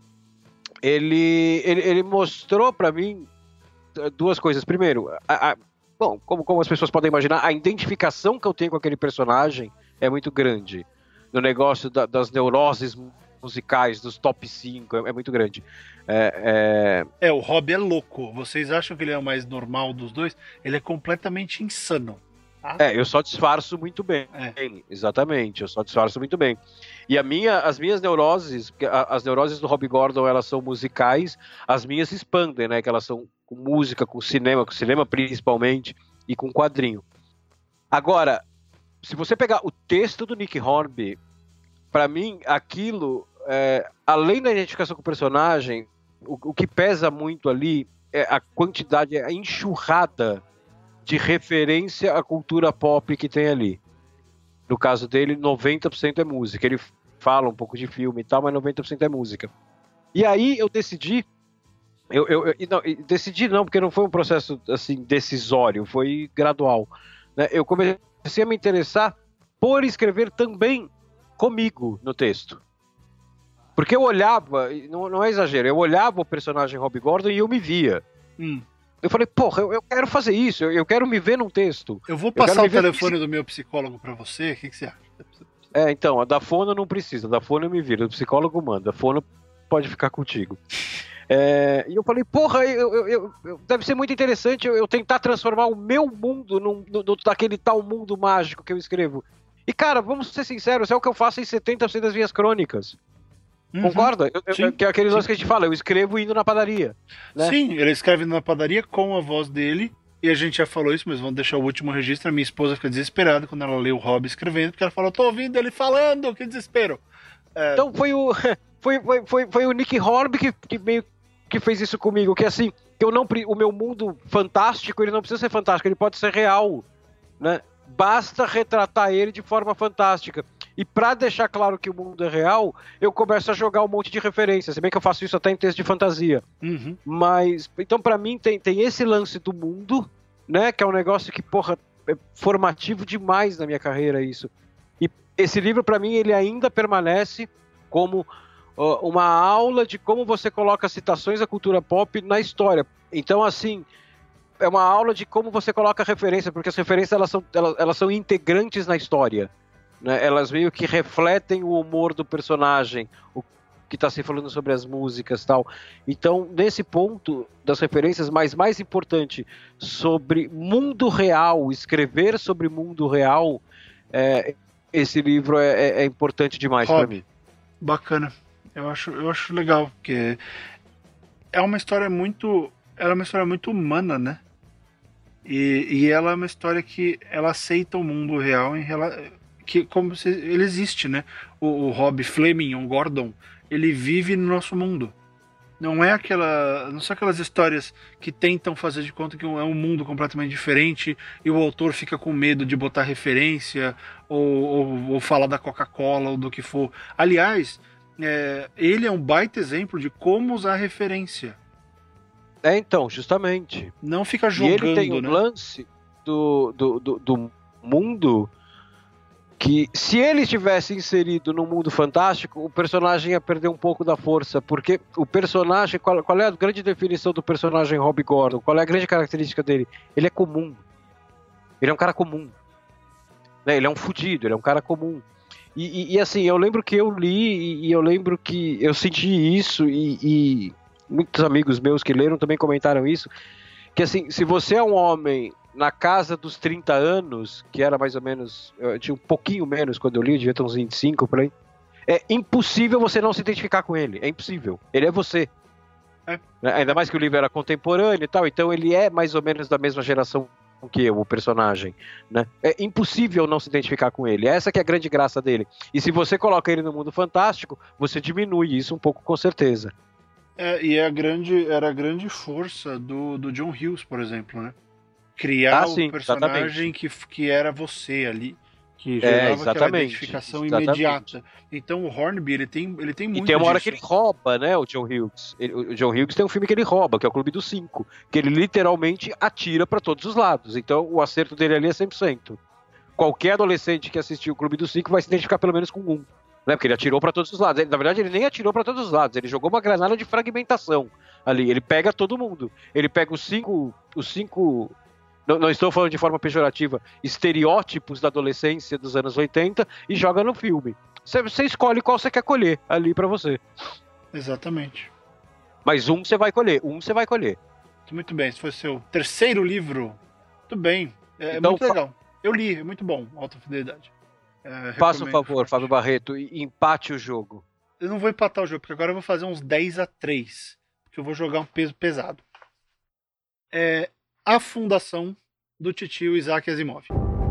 Ele, ele, ele mostrou pra mim duas coisas. Primeiro, a, a, bom, como, como as pessoas podem imaginar, a identificação que eu tenho com aquele personagem é muito grande. No negócio da, das neuroses musicais, dos top cinco, é, é muito grande. É, é... é, o Rob é louco. Vocês acham que ele é o mais normal dos dois? Ele é completamente insano. Tá? É, eu só disfarço muito bem. É. Exatamente, eu só disfarço muito bem. E a minha, as minhas neuroses, as neuroses do Rob Gordon, elas são musicais, as minhas se expandem, né? Que elas são com música, com cinema, com cinema principalmente, e com quadrinho. Agora, se você pegar o texto do Nick Hornby, para mim, aquilo, é, além da identificação com o personagem, o, o que pesa muito ali é a quantidade, a enxurrada de referência à cultura pop que tem ali. No caso dele, noventa por cento é música. Ele fala um pouco de filme e tal, mas noventa por cento é música. E aí eu decidi... Eu, eu, eu não, decidi não, porque não foi um processo assim, decisório, foi gradual. Né? Eu comecei a me interessar por escrever também comigo no texto. Porque eu olhava, não, não é exagero, eu olhava o personagem Rob Gordon e eu me via. Hum. Eu falei, porra, eu, eu quero fazer isso, eu, eu quero me ver num texto. Eu vou passar eu o telefone do meu psicólogo pra você, o que, que você acha? É, então, a da fono não precisa, a da fono eu me viro, o psicólogo manda, a fono pode ficar contigo. É, e eu falei, porra, eu, eu, eu, eu, deve ser muito interessante eu, eu tentar transformar o meu mundo num, no, no, naquele tal mundo mágico que eu escrevo. E cara, vamos ser sinceros, é o que eu faço em setenta por cento das minhas crônicas. Uhum. Concorda? Eu, eu, que é aquele lance que a gente fala, eu escrevo indo na padaria. Né? Sim, ele escreve na padaria com a voz dele, e a gente já falou isso, mas vamos deixar o último registro. A minha esposa fica desesperada quando ela lê o Rob escrevendo, porque ela fala, eu tô ouvindo ele falando, que desespero. É... Então foi o, foi, foi, foi, foi o Nick Hornby que, que meio que fez isso comigo, que assim, que eu não, o meu mundo fantástico, ele não precisa ser fantástico, ele pode ser real, né? Basta retratar ele de forma fantástica. E pra deixar claro que o mundo é real, eu começo a jogar um monte de referências. Se bem que eu faço isso até em texto de fantasia. Uhum. Mas, então pra mim tem, tem esse lance do mundo, né? Que é um negócio que, porra, é formativo demais na minha carreira isso. E esse livro pra mim, ele ainda permanece como uh, uma aula de como você coloca citações da cultura pop na história. Então, assim... é uma aula de como você coloca referência, porque as referências elas são, elas, elas são integrantes na história, né? Elas meio que refletem o humor do personagem, o que está se falando sobre as músicas e tal. Então, nesse ponto das referências, mas mais importante, sobre mundo real, escrever sobre mundo real, é, esse livro é, é, é importante demais para mim. Bacana. Eu acho, eu acho legal, porque é uma história muito... ela é uma história muito humana, né? E, e ela é uma história que ela aceita o mundo real em relação, que como se ele existe, né? O, o Rob Fleming, o Gordon, ele vive no nosso mundo. Não é aquela, não são aquelas histórias que tentam fazer de conta que é um mundo completamente diferente e o autor fica com medo de botar referência ou, ou, ou falar da Coca-Cola ou do que for. Aliás, é, ele é um baita exemplo de como usar referência. É, então, justamente. Não fica jogando, e ele tem um né? lance do, do, do, do mundo que, se ele tivesse inserido no mundo fantástico, o personagem ia perder um pouco da força, porque o personagem, qual, qual é a grande definição do personagem Rob Gordon? Qual é a grande característica dele? Ele é comum. Ele é um cara comum. Né? Ele é um fudido, ele é um cara comum. E, e, e assim, eu lembro que eu li e, e eu lembro que eu senti isso e... e muitos amigos meus que leram também comentaram isso, que assim, se você é um homem na casa dos trinta anos, que era mais ou menos, eu tinha um pouquinho menos quando eu li, eu devia ter uns vinte e cinco por aí, é impossível você não se identificar com ele, é impossível, ele é você. É. Ainda mais que o livro era contemporâneo e tal, então ele é mais ou menos da mesma geração que eu, o personagem, né? É impossível não se identificar com ele, essa que é a grande graça dele. E se você coloca ele no mundo fantástico, você diminui isso um pouco com certeza. É, e é a grande, era a grande força do, do John Hughes, por exemplo, né? Criar ah, o sim, personagem que, que era você ali, que É, gerava aquela exatamente. identificação Exatamente. imediata. Então o Hornby, ele tem, ele tem muito E tem uma hora disso. que ele rouba, né, o John Hughes. Ele, o John Hughes tem um filme que ele rouba, que é o Clube dos Cinco, que ele literalmente atira pra todos os lados. Então o acerto dele ali é cem por cento. Qualquer adolescente que assistiu o Clube dos Cinco vai se identificar pelo menos com um. Né, porque ele atirou pra todos os lados. Ele, na verdade, ele nem atirou pra todos os lados. Ele jogou uma granada de fragmentação ali. Ele pega todo mundo. Ele pega os cinco... Os cinco não, não estou falando de forma pejorativa, estereótipos da adolescência dos anos oitenta e joga no filme. Você, você escolhe qual você quer colher ali pra você. Exatamente. Mas um você vai colher, um você vai colher. Muito bem, esse foi o seu terceiro livro. Muito bem, é, então, muito legal. Eu li, é muito bom, Alta Fidelidade. É, faça um favor, Fábio Barreto, e empate o jogo. Eu não vou empatar o jogo, porque agora eu vou fazer uns dez a três, porque eu vou jogar um peso pesado. É A Fundação, do titio Isaac Asimov.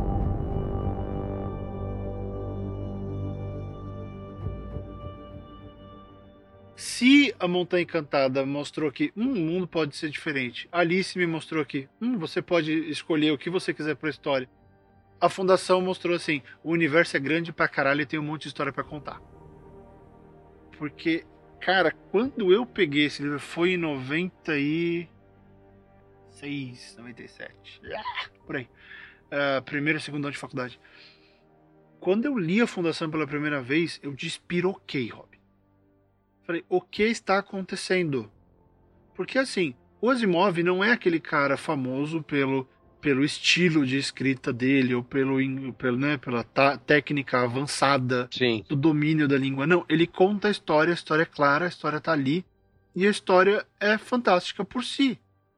Se a Montanha Encantada mostrou que hum, o mundo pode ser diferente, Alice me mostrou que hum, você pode escolher o que você quiser para a história, a Fundação mostrou assim, o universo é grande pra caralho e tem um monte de história para contar. Porque, cara, quando eu peguei esse livro foi em noventa e seis, noventa e sete, ah, por aí, uh, primeiro e segundo ano de faculdade. Quando eu li a Fundação pela primeira vez, eu despiroquei, Rob. Falei, o que está acontecendo? Porque assim, o Asimov não é aquele cara famoso pelo, pelo estilo de escrita dele, ou pelo, pelo, né, pela técnica avançada Sim. do domínio da língua. Não, ele conta a história, a história é clara, a história está ali, e a história é fantástica por si.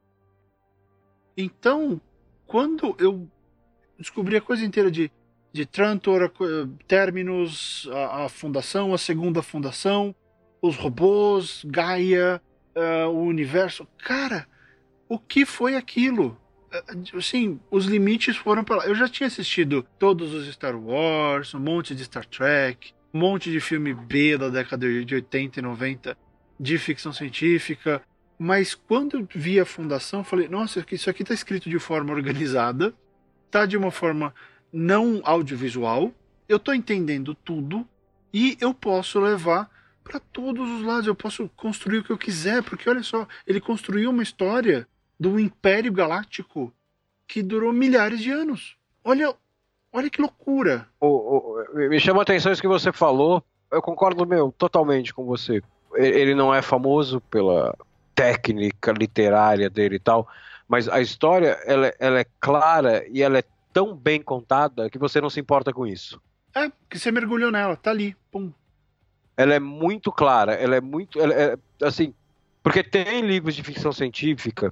Então, quando eu descobri a coisa inteira de, de Trantor, Terminus, a, a fundação, a segunda fundação, os robôs, Gaia, uh, o universo. Cara, o que foi aquilo? Uh, assim, os limites foram para lá. Eu já tinha assistido todos os Star Wars, um monte de Star Trek, um monte de filme B da década de oitenta e noventa de ficção científica. Mas quando eu vi a Fundação, eu falei, nossa, isso aqui está escrito de forma organizada, tá de uma forma não audiovisual, eu estou entendendo tudo e eu posso levar para todos os lados, eu posso construir o que eu quiser, porque olha só, ele construiu uma história do Império Galáctico que durou milhares de anos. Olha, olha que loucura. O, o, me chama a atenção isso que você falou, eu concordo, meu, totalmente com você. Ele não é famoso pela técnica literária dele e tal, mas a história, ela, ela é clara e ela é tão bem contada que você não se importa com isso. É, que você mergulhou nela, tá ali, pum. Ela é muito clara, ela é muito, ela é, assim, porque tem livros de ficção científica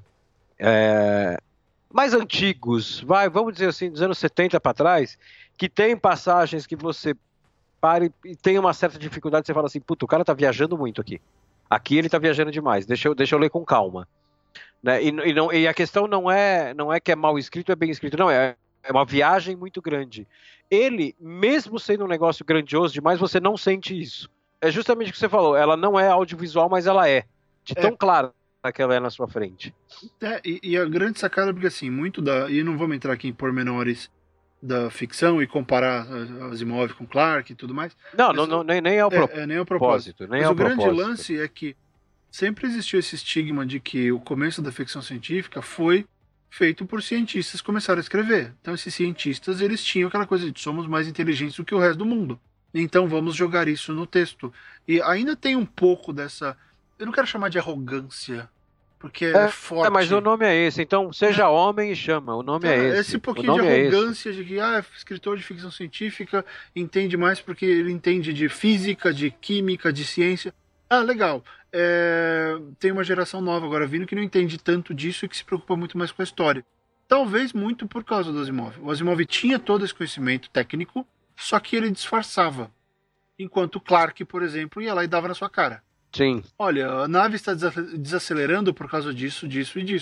é, mais antigos, vai, vamos dizer assim, dos anos setenta para trás, que tem passagens que você pare e tem uma certa dificuldade, você fala assim, puta, o cara tá viajando muito aqui. Aqui ele tá viajando demais, deixa eu, deixa eu ler com calma. Né? E, e, não, e a questão não é, não é que é mal escrito ou é bem escrito, não, é, é uma viagem muito grande. Ele, mesmo sendo um negócio grandioso demais, você não sente isso. É justamente o que você falou, ela não é audiovisual, mas ela é. De tão é. clara que ela é na sua frente. É, e, e a grande sacada, porque assim, muito da... E não vamos entrar aqui em pormenores da ficção e comparar Asimov com Clarke e tudo mais. Não, mas, não, não nem, nem é o pro... é, é, nem é o propósito. Nem mas é o, o grande propósito. lance é que sempre existiu esse estigma de que o começo da ficção científica foi feito por cientistas que começaram a escrever. Então esses cientistas, eles tinham aquela coisa de somos mais inteligentes do que o resto do mundo. Então vamos jogar isso no texto. E ainda tem um pouco dessa... Eu não quero chamar de arrogância, porque é, é forte. É, mas o nome é esse. Então seja é. homem e chama. O nome é, é esse. Esse pouquinho de arrogância é de que ah, escritor de ficção científica entende mais porque ele entende de física, de química, de ciência. Ah, legal. É... Tem uma geração nova agora vindo que não entende tanto disso e que se preocupa muito mais com a história. Talvez muito por causa do Asimov. O Asimov tinha todo esse conhecimento técnico, só que ele disfarçava. Enquanto o Clarke, por exemplo, ia lá e dava na sua cara. Sim. Olha, a nave está desacelerando por causa disso, disso e disso.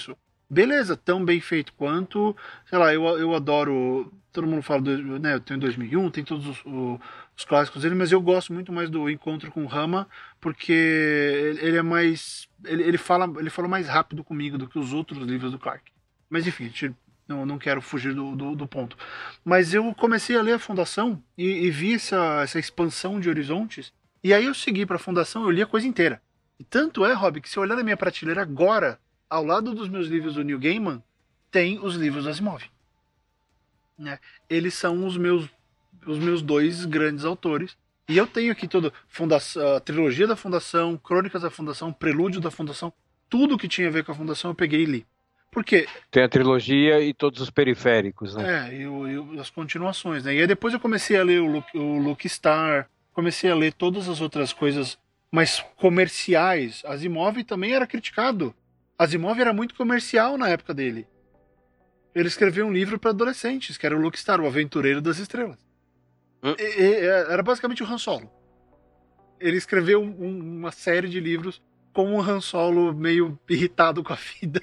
beleza, tão bem feito quanto, sei lá, eu, eu adoro, todo mundo fala, do, né, eu tenho dois mil e um, tem todos os, os, os clássicos dele, mas eu gosto muito mais do Encontro com Rama, porque ele, ele é mais, ele, ele, fala, ele fala mais rápido comigo do que os outros livros do Clarke. Mas enfim, a gente Não, não quero fugir do, do, do ponto. Mas eu comecei a ler a Fundação e, e vi essa, essa expansão de horizontes. E aí eu segui para a Fundação, eu li a coisa inteira. E tanto é, Rob, que se eu olhar na minha prateleira agora, ao lado dos meus livros do Neil Gaiman, tem os livros do Asimov. Né? Eles são os meus, os meus dois grandes autores. E eu tenho aqui toda fundação, a trilogia da Fundação, Crônicas da Fundação, Prelúdio da Fundação. Tudo que tinha a ver com a Fundação eu peguei e li. Por quê? Tem a trilogia e todos os periféricos, né? É, e, e, e as continuações, né? E aí depois eu comecei a ler o Luke, o Luke Star, comecei a ler todas as outras coisas mais comerciais. Asimov também era criticado. Asimov era muito comercial na época dele. Ele escreveu um livro para adolescentes, que era o Luke Star, o Aventureiro das Estrelas. Hum. E, e, era basicamente o Han Solo. Ele escreveu um, uma série de livros com um Han Solo meio irritado com a vida.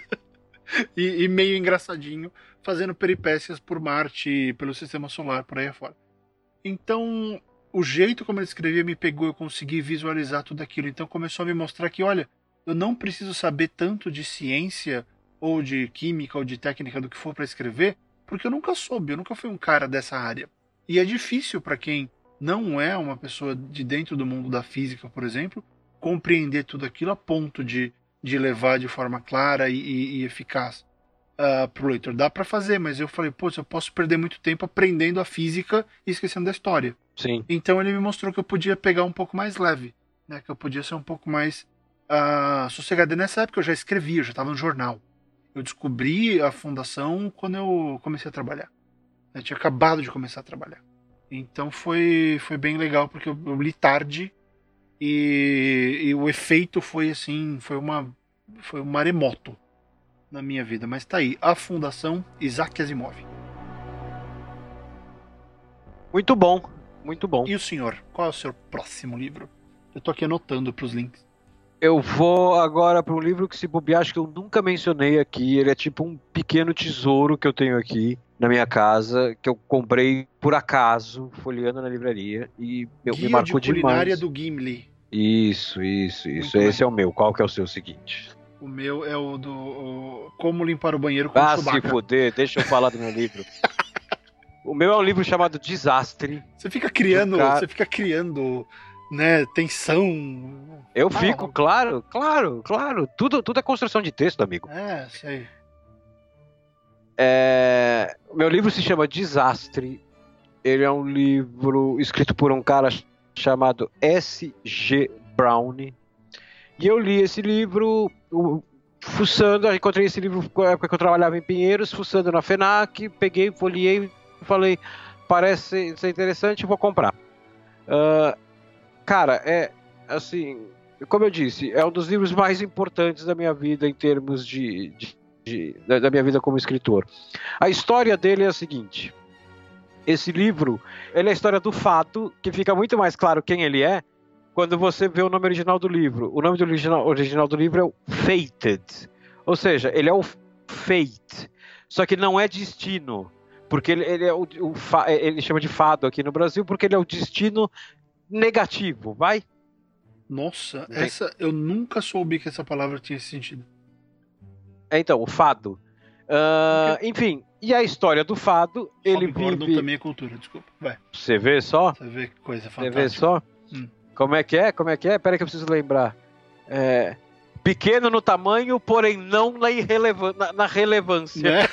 E, e meio engraçadinho, fazendo peripécias por Marte, pelo Sistema Solar, por aí afora. Então, o jeito como ele escrevia me pegou, eu consegui visualizar tudo aquilo. Então começou a me mostrar que, olha, eu não preciso saber tanto de ciência, ou de química, ou de técnica, do que for para escrever, porque eu nunca soube, eu nunca fui um cara dessa área. E é difícil para quem não é uma pessoa de dentro do mundo da física, por exemplo, compreender tudo aquilo a ponto de de levar de forma clara e, e, e eficaz uh, pro leitor. Dá para fazer, mas eu falei, pô, eu posso perder muito tempo aprendendo a física e esquecendo da história. Sim. Então ele me mostrou que eu podia pegar um pouco mais leve, né? Que eu podia ser um pouco mais uh, sossegado. E nessa época eu já escrevia, eu já estava no jornal. Eu descobri a Fundação quando eu comecei a trabalhar. Eu tinha acabado de começar a trabalhar. Então foi, foi bem legal, porque eu, eu li tarde. E, e o efeito foi assim, foi uma foi um maremoto na minha vida, mas tá aí, a Fundação Isaac Asimov. Muito bom, muito bom. E o senhor, qual é o seu próximo livro? Eu tô aqui anotando pros links. Eu vou agora para um livro que, se bobear, acho que eu nunca mencionei aqui. Ele é tipo um pequeno tesouro que eu tenho aqui na minha casa, que eu comprei por acaso, folheando na livraria, e meu, me marcou de culinária demais. do Gimli. Isso, isso, isso. Muito Esse bem. é o meu. Qual que é o seu seguinte? O meu é o do o, Como Limpar o Banheiro com Ah, Chewbacca. se foder, deixa eu falar do meu livro. O meu é um livro chamado Desastre. Você fica criando, cara... você fica criando, né, tensão. Eu ah, fico, claro, claro, claro. Tudo, tudo é construção de texto, amigo. É, sei. É... O meu livro se chama Desastre. Ele é um livro escrito por um cara chamado S G Brown. E eu li esse livro fuçando, eu encontrei esse livro na época que eu trabalhava em Pinheiros, fuçando na FENAC, peguei, folhei e falei, parece ser interessante, vou comprar. Uh, cara, é assim, como eu disse, é um dos livros mais importantes da minha vida em termos de, de, de da minha vida como escritor. A história dele é a seguinte: esse livro, ele é a história do Fado, que fica muito mais claro quem ele é quando você vê o nome original do livro. O nome do original, original do livro é o Fated. Ou seja, ele é o Fate. Só que não é destino. Porque ele, ele, é o, o, ele chama de fado aqui no Brasil porque ele é o destino negativo, vai? Nossa, essa, eu nunca soube que essa palavra tinha esse sentido. É, então, o fado. Uh, enfim, e a história do Fado, Bob ele Gordon vive... também é cultura, desculpa. Vai. Você vê só? Você vê que coisa fantástica. Você vê só? Hum. Como é que é? Como é que é? Peraí que eu preciso lembrar. É... Pequeno no tamanho, porém não na, irrelevan... na, na relevância. Né?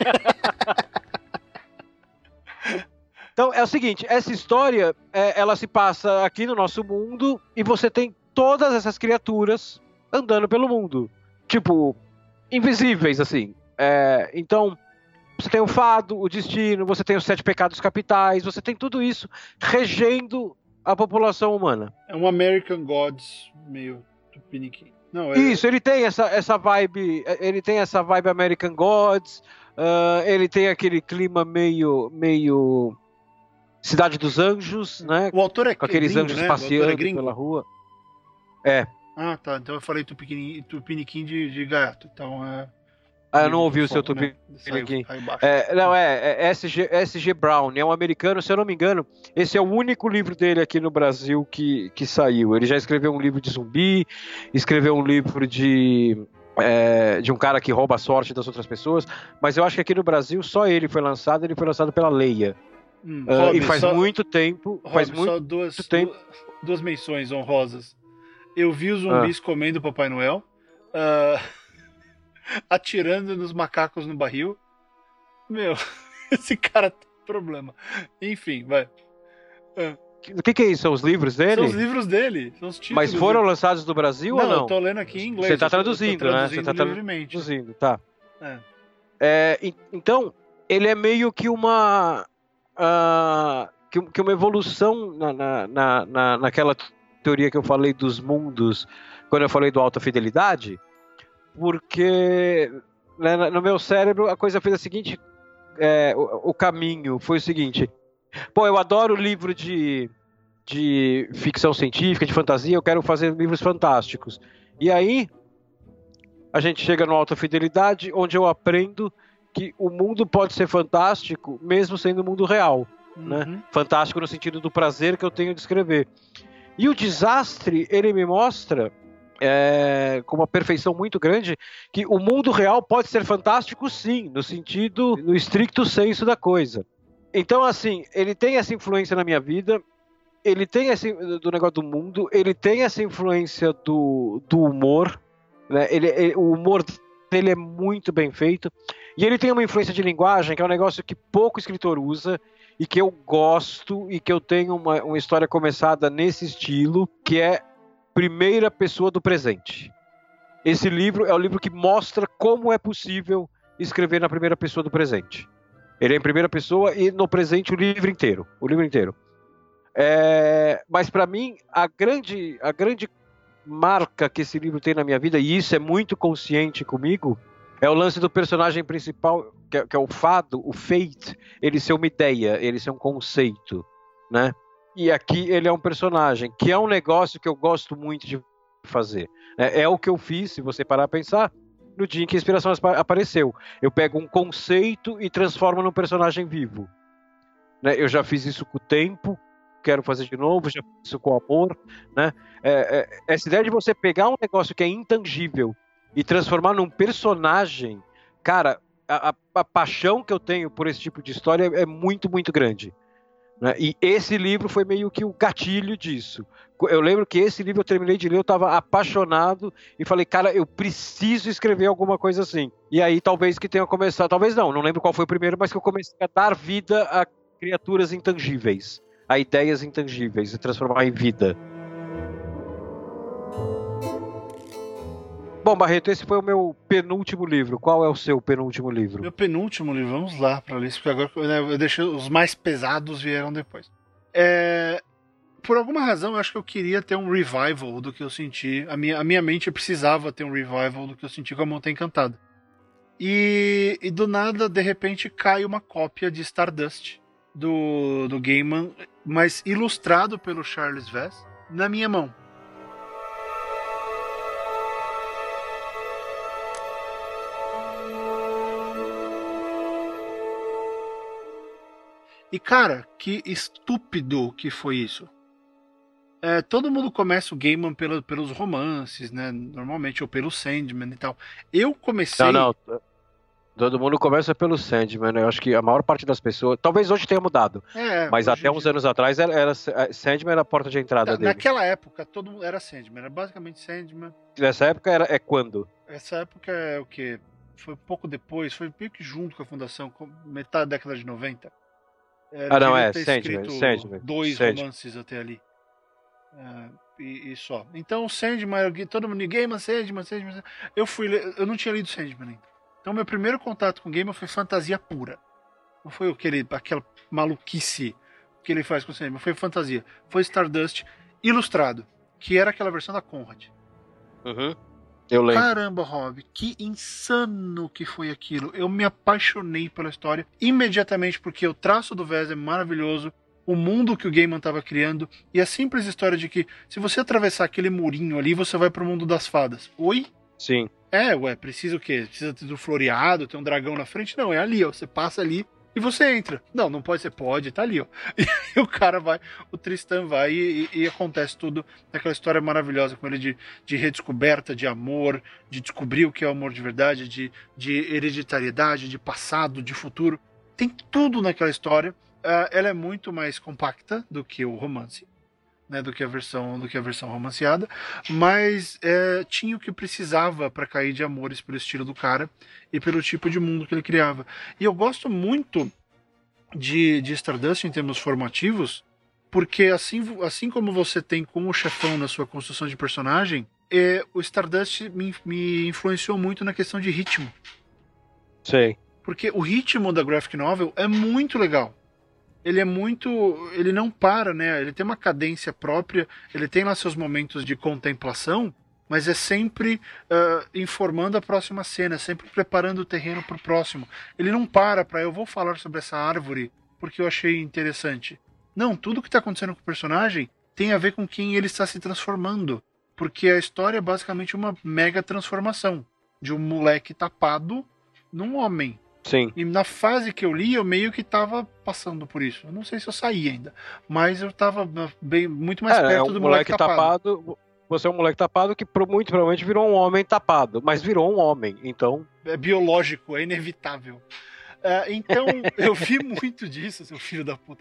Então, é o seguinte, essa história, é, ela se passa aqui no nosso mundo e você tem todas essas criaturas andando pelo mundo. Tipo, invisíveis, assim. É, então, você tem o Fado, o Destino, você tem os Sete Pecados Capitais, você tem tudo isso regendo a população humana. É um American Gods meio tupiniquim. Não, é... Isso, ele tem essa, essa vibe, ele tem essa vibe American Gods, uh, ele tem aquele clima meio, meio Cidade dos Anjos, né? O autor é com aqueles gringo, anjos né? passeando é pela rua. É. Ah, tá. Então eu falei tupiniquim, tupiniquim de, de gato. Então é... Ah, eu não ouvi o seu Tupiniquim. Né? É, não, é, é S G, S G Brown, é um americano, se eu não me engano, esse é o único livro dele aqui no Brasil que, que saiu. Ele já escreveu um livro de zumbi, escreveu um livro de, é, de um cara que rouba a sorte das outras pessoas, mas eu acho que aqui no Brasil só ele foi lançado, ele foi lançado pela Leia. Hum, uh, Rob, e faz só, muito tempo. Rob, faz muito só duas, tempo. Duas, duas menções honrosas. Eu vi os zumbis ah. comendo o Papai Noel. Uh... atirando nos macacos no barril. Meu, esse cara tem problema. Enfim, vai. Ah. O que, que é isso? São os livros dele? São os livros dele. São os títulos. Mas foram dele. lançados no Brasil não, ou não? Eu tô lendo aqui em inglês. Você tá traduzindo, traduzindo né? Você tá livremente. traduzindo, tá. É. É, então, ele é meio que uma... Uh, que, que uma evolução na, na, na, na, naquela teoria que eu falei dos mundos, quando eu falei do Alta Fidelidade, porque né, no meu cérebro a coisa fez a seguinte, é, o, o caminho foi o seguinte, pô, eu adoro livro de, de ficção científica, de fantasia, eu quero fazer livros fantásticos, e aí a gente chega no Alta Fidelidade, onde eu aprendo que o mundo pode ser fantástico mesmo sendo o mundo real, uhum. né? Fantástico no sentido do prazer que eu tenho de escrever. E o Desastre, ele me mostra É, com uma perfeição muito grande, que o mundo real pode ser fantástico sim, no sentido, no estricto senso da coisa. Então, assim, ele tem essa influência na minha vida, ele tem esse do negócio do mundo, ele tem essa influência do, do humor, né? ele, ele, o humor dele é muito bem feito, e ele tem uma influência de linguagem, que é um negócio que pouco escritor usa, e que eu gosto, e que eu tenho uma, uma história começada nesse estilo, que é primeira pessoa do presente. Esse livro é o livro que mostra como é possível escrever na primeira pessoa do presente. Ele é em primeira pessoa e no presente o livro inteiro. O livro inteiro. É, mas para mim, a grande, a grande marca que esse livro tem na minha vida, e isso é muito consciente comigo, é o lance do personagem principal, que é, que é o Fado, o Fate, ele ser uma ideia, ele ser um conceito, né? E aqui ele é um personagem, que é um negócio que eu gosto muito de fazer. É, é o que eu fiz, se você parar a pensar, no dia em que a inspiração apareceu. Eu pego um conceito e transformo num personagem vivo. Né? Eu já fiz isso com o tempo, quero fazer de novo, já fiz isso com o amor. Né? É, é, essa ideia de você pegar um negócio que é intangível e transformar num personagem, cara, a, a, a paixão que eu tenho por esse tipo de história é muito, muito grande. Né? E esse livro foi meio que o gatilho disso. Eu lembro que esse livro eu terminei de ler, eu estava apaixonado e falei, cara, eu preciso escrever alguma coisa assim. E aí talvez que tenha começado, talvez não, não lembro qual foi o primeiro, mas que eu comecei a dar vida a criaturas intangíveis, a ideias intangíveis, e transformar em vida. Bom, Barreto, esse foi o meu penúltimo livro. Qual é o seu penúltimo livro? Meu penúltimo livro, vamos lá para a lista, porque agora né, eu deixei os mais pesados vieram depois. É, por alguma razão, eu acho que eu queria ter um revival do que eu senti. A minha, a minha mente precisava ter um revival do que eu senti com a Montanha Encantada. E, e do nada, de repente, cai uma cópia de Stardust do, do Gaiman, mas ilustrado pelo Charles Vess, na minha mão. E cara, que estúpido que foi isso. É, todo mundo começa o Gaiman pelo, pelos romances, né? Normalmente, ou pelo Sandman e tal. Eu comecei... Não, não. Todo mundo começa pelo Sandman, né? Eu acho que a maior parte das pessoas... Talvez hoje tenha mudado. É, mas até uns dia... anos atrás, era, era, Sandman era a porta de entrada Na, dele. Naquela época, todo mundo era Sandman. Era basicamente Sandman. Nessa época, era, é quando? Essa época é o quê? Foi pouco depois. Foi meio que junto com a fundação. Metade da década de noventa. É, ah, não, é. Sandman, Sandman. Dois Sandman. romances até ali. Uh, e, e só. Então o Sandman, todo mundo, Gaiman, Sandman, Sandman. Eu fui ler, eu não tinha lido Sandman ainda. Então meu primeiro contato com Gaiman foi fantasia pura. Não foi aquele, aquela maluquice que ele faz com o Sandman, foi fantasia. Foi Stardust ilustrado, que era aquela versão da Conrad. Uhum. Eu lembro. Caramba, Rob, que insano que foi aquilo. Eu me apaixonei pela história imediatamente porque o traço do Vess é maravilhoso. O mundo que o Gaiman estava criando e a simples história de que se você atravessar aquele murinho ali, você vai pro mundo das fadas. Oi? Sim. É, ué, precisa o quê? Precisa ter do floreado, ter um dragão na frente? Não, é ali, ó. Você passa ali e você entra. Não, não pode, você pode, tá ali, ó. E o cara vai, o Tristan vai e, e, e acontece tudo naquela história maravilhosa com ele de, de redescoberta, de amor, de descobrir o que é o amor de verdade, de, de hereditariedade, de passado, de futuro. Tem tudo naquela história. Uh, ela é muito mais compacta do que o romance, né, do que a versão, do que a versão romanceada, mas é, tinha o que precisava para cair de amores pelo estilo do cara e pelo tipo de mundo que ele criava. E eu gosto muito de, de Stardust em termos formativos, porque assim, assim como você tem com o chefão na sua construção de personagem, é, o Stardust me, me influenciou muito na questão de ritmo. Sei. Porque o ritmo da graphic novel é muito legal. Ele é muito... Ele não para, né? Ele tem uma cadência própria, ele tem lá seus momentos de contemplação, mas é sempre uh, informando a próxima cena, sempre preparando o terreno para o próximo. Ele não para para eu vou falar sobre essa árvore porque eu achei interessante. Não, tudo que está acontecendo com o personagem tem a ver com quem ele está se transformando. Porque a história é basicamente uma mega transformação de um moleque tapado num homem. Sim. E na fase que eu li, eu meio que tava passando por isso. Eu não sei se eu saí ainda, mas eu tava bem, muito mais é, perto é um do moleque, moleque tapado. tapado. Você é um moleque tapado que muito provavelmente virou um homem tapado, mas virou um homem, então... É biológico, é inevitável. Uh, então, eu vi muito disso, seu filho da puta.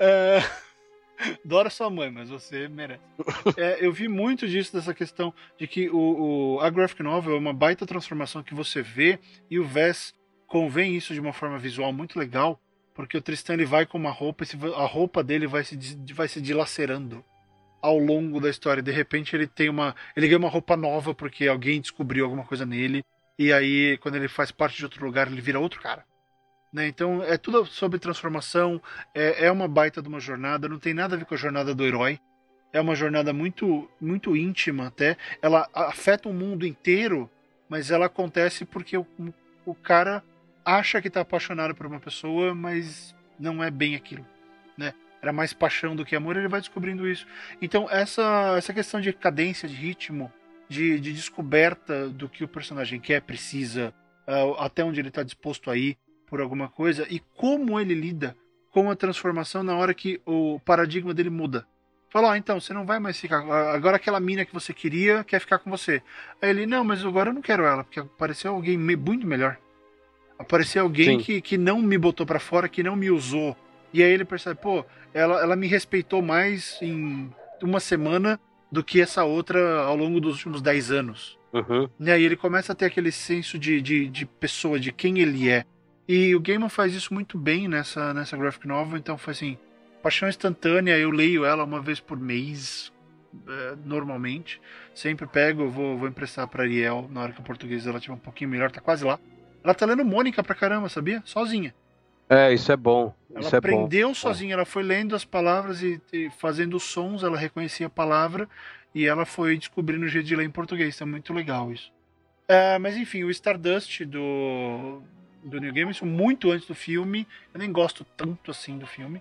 Uh, adoro sua mãe, mas você merece. É, eu vi muito disso, dessa questão de que o, o, a graphic novel é uma baita transformação que você vê, e o Vess convém isso de uma forma visual muito legal, porque o Tristan ele vai com uma roupa, a roupa dele vai se, vai se dilacerando ao longo da história. De repente ele tem uma, ele ganha uma roupa nova porque alguém descobriu alguma coisa nele, e aí quando ele faz parte de outro lugar ele vira outro cara, né? Então é tudo sobre transformação, é, é uma baita de uma jornada, não tem nada a ver com a jornada do herói, é uma jornada muito, muito íntima até, ela afeta o mundo inteiro, mas ela acontece porque o, o cara acha que tá apaixonado por uma pessoa, mas não é bem aquilo, né? Era mais paixão do que amor, ele vai descobrindo isso. Então essa, essa questão de cadência, de ritmo, de, de descoberta do que o personagem quer, precisa, uh, até onde ele está disposto a ir por alguma coisa, e como ele lida com a transformação na hora que o paradigma dele muda. Fala, ah, então, você não vai mais ficar... Agora aquela mina que você queria quer ficar com você. Aí ele, não, mas agora eu não quero ela, porque apareceu alguém muito melhor. Apareceu alguém que, que não me botou pra fora, que não me usou. E aí ele percebe, pô, ela, ela me respeitou mais em uma semana do que essa outra ao longo dos últimos dez anos. Uhum. E aí ele começa a ter aquele senso de, de, de pessoa, de quem ele é. E o Gaiman faz isso muito bem nessa, nessa graphic novel, então foi assim, paixão instantânea, eu leio ela uma vez por mês, é, normalmente. Sempre pego, vou, vou emprestar pra Ariel na hora que o português dela tiver um pouquinho melhor, tá quase lá. Ela tá lendo Mônica pra caramba, sabia? Sozinha. É, isso é bom. Isso ela é aprendeu bom. sozinha, ela foi lendo as palavras e, e fazendo os sons, ela reconhecia a palavra e ela foi descobrindo o jeito de ler em português. É muito legal isso. É, mas enfim, o Stardust do, do Neil Gaiman, isso muito antes do filme. Eu nem gosto tanto assim do filme.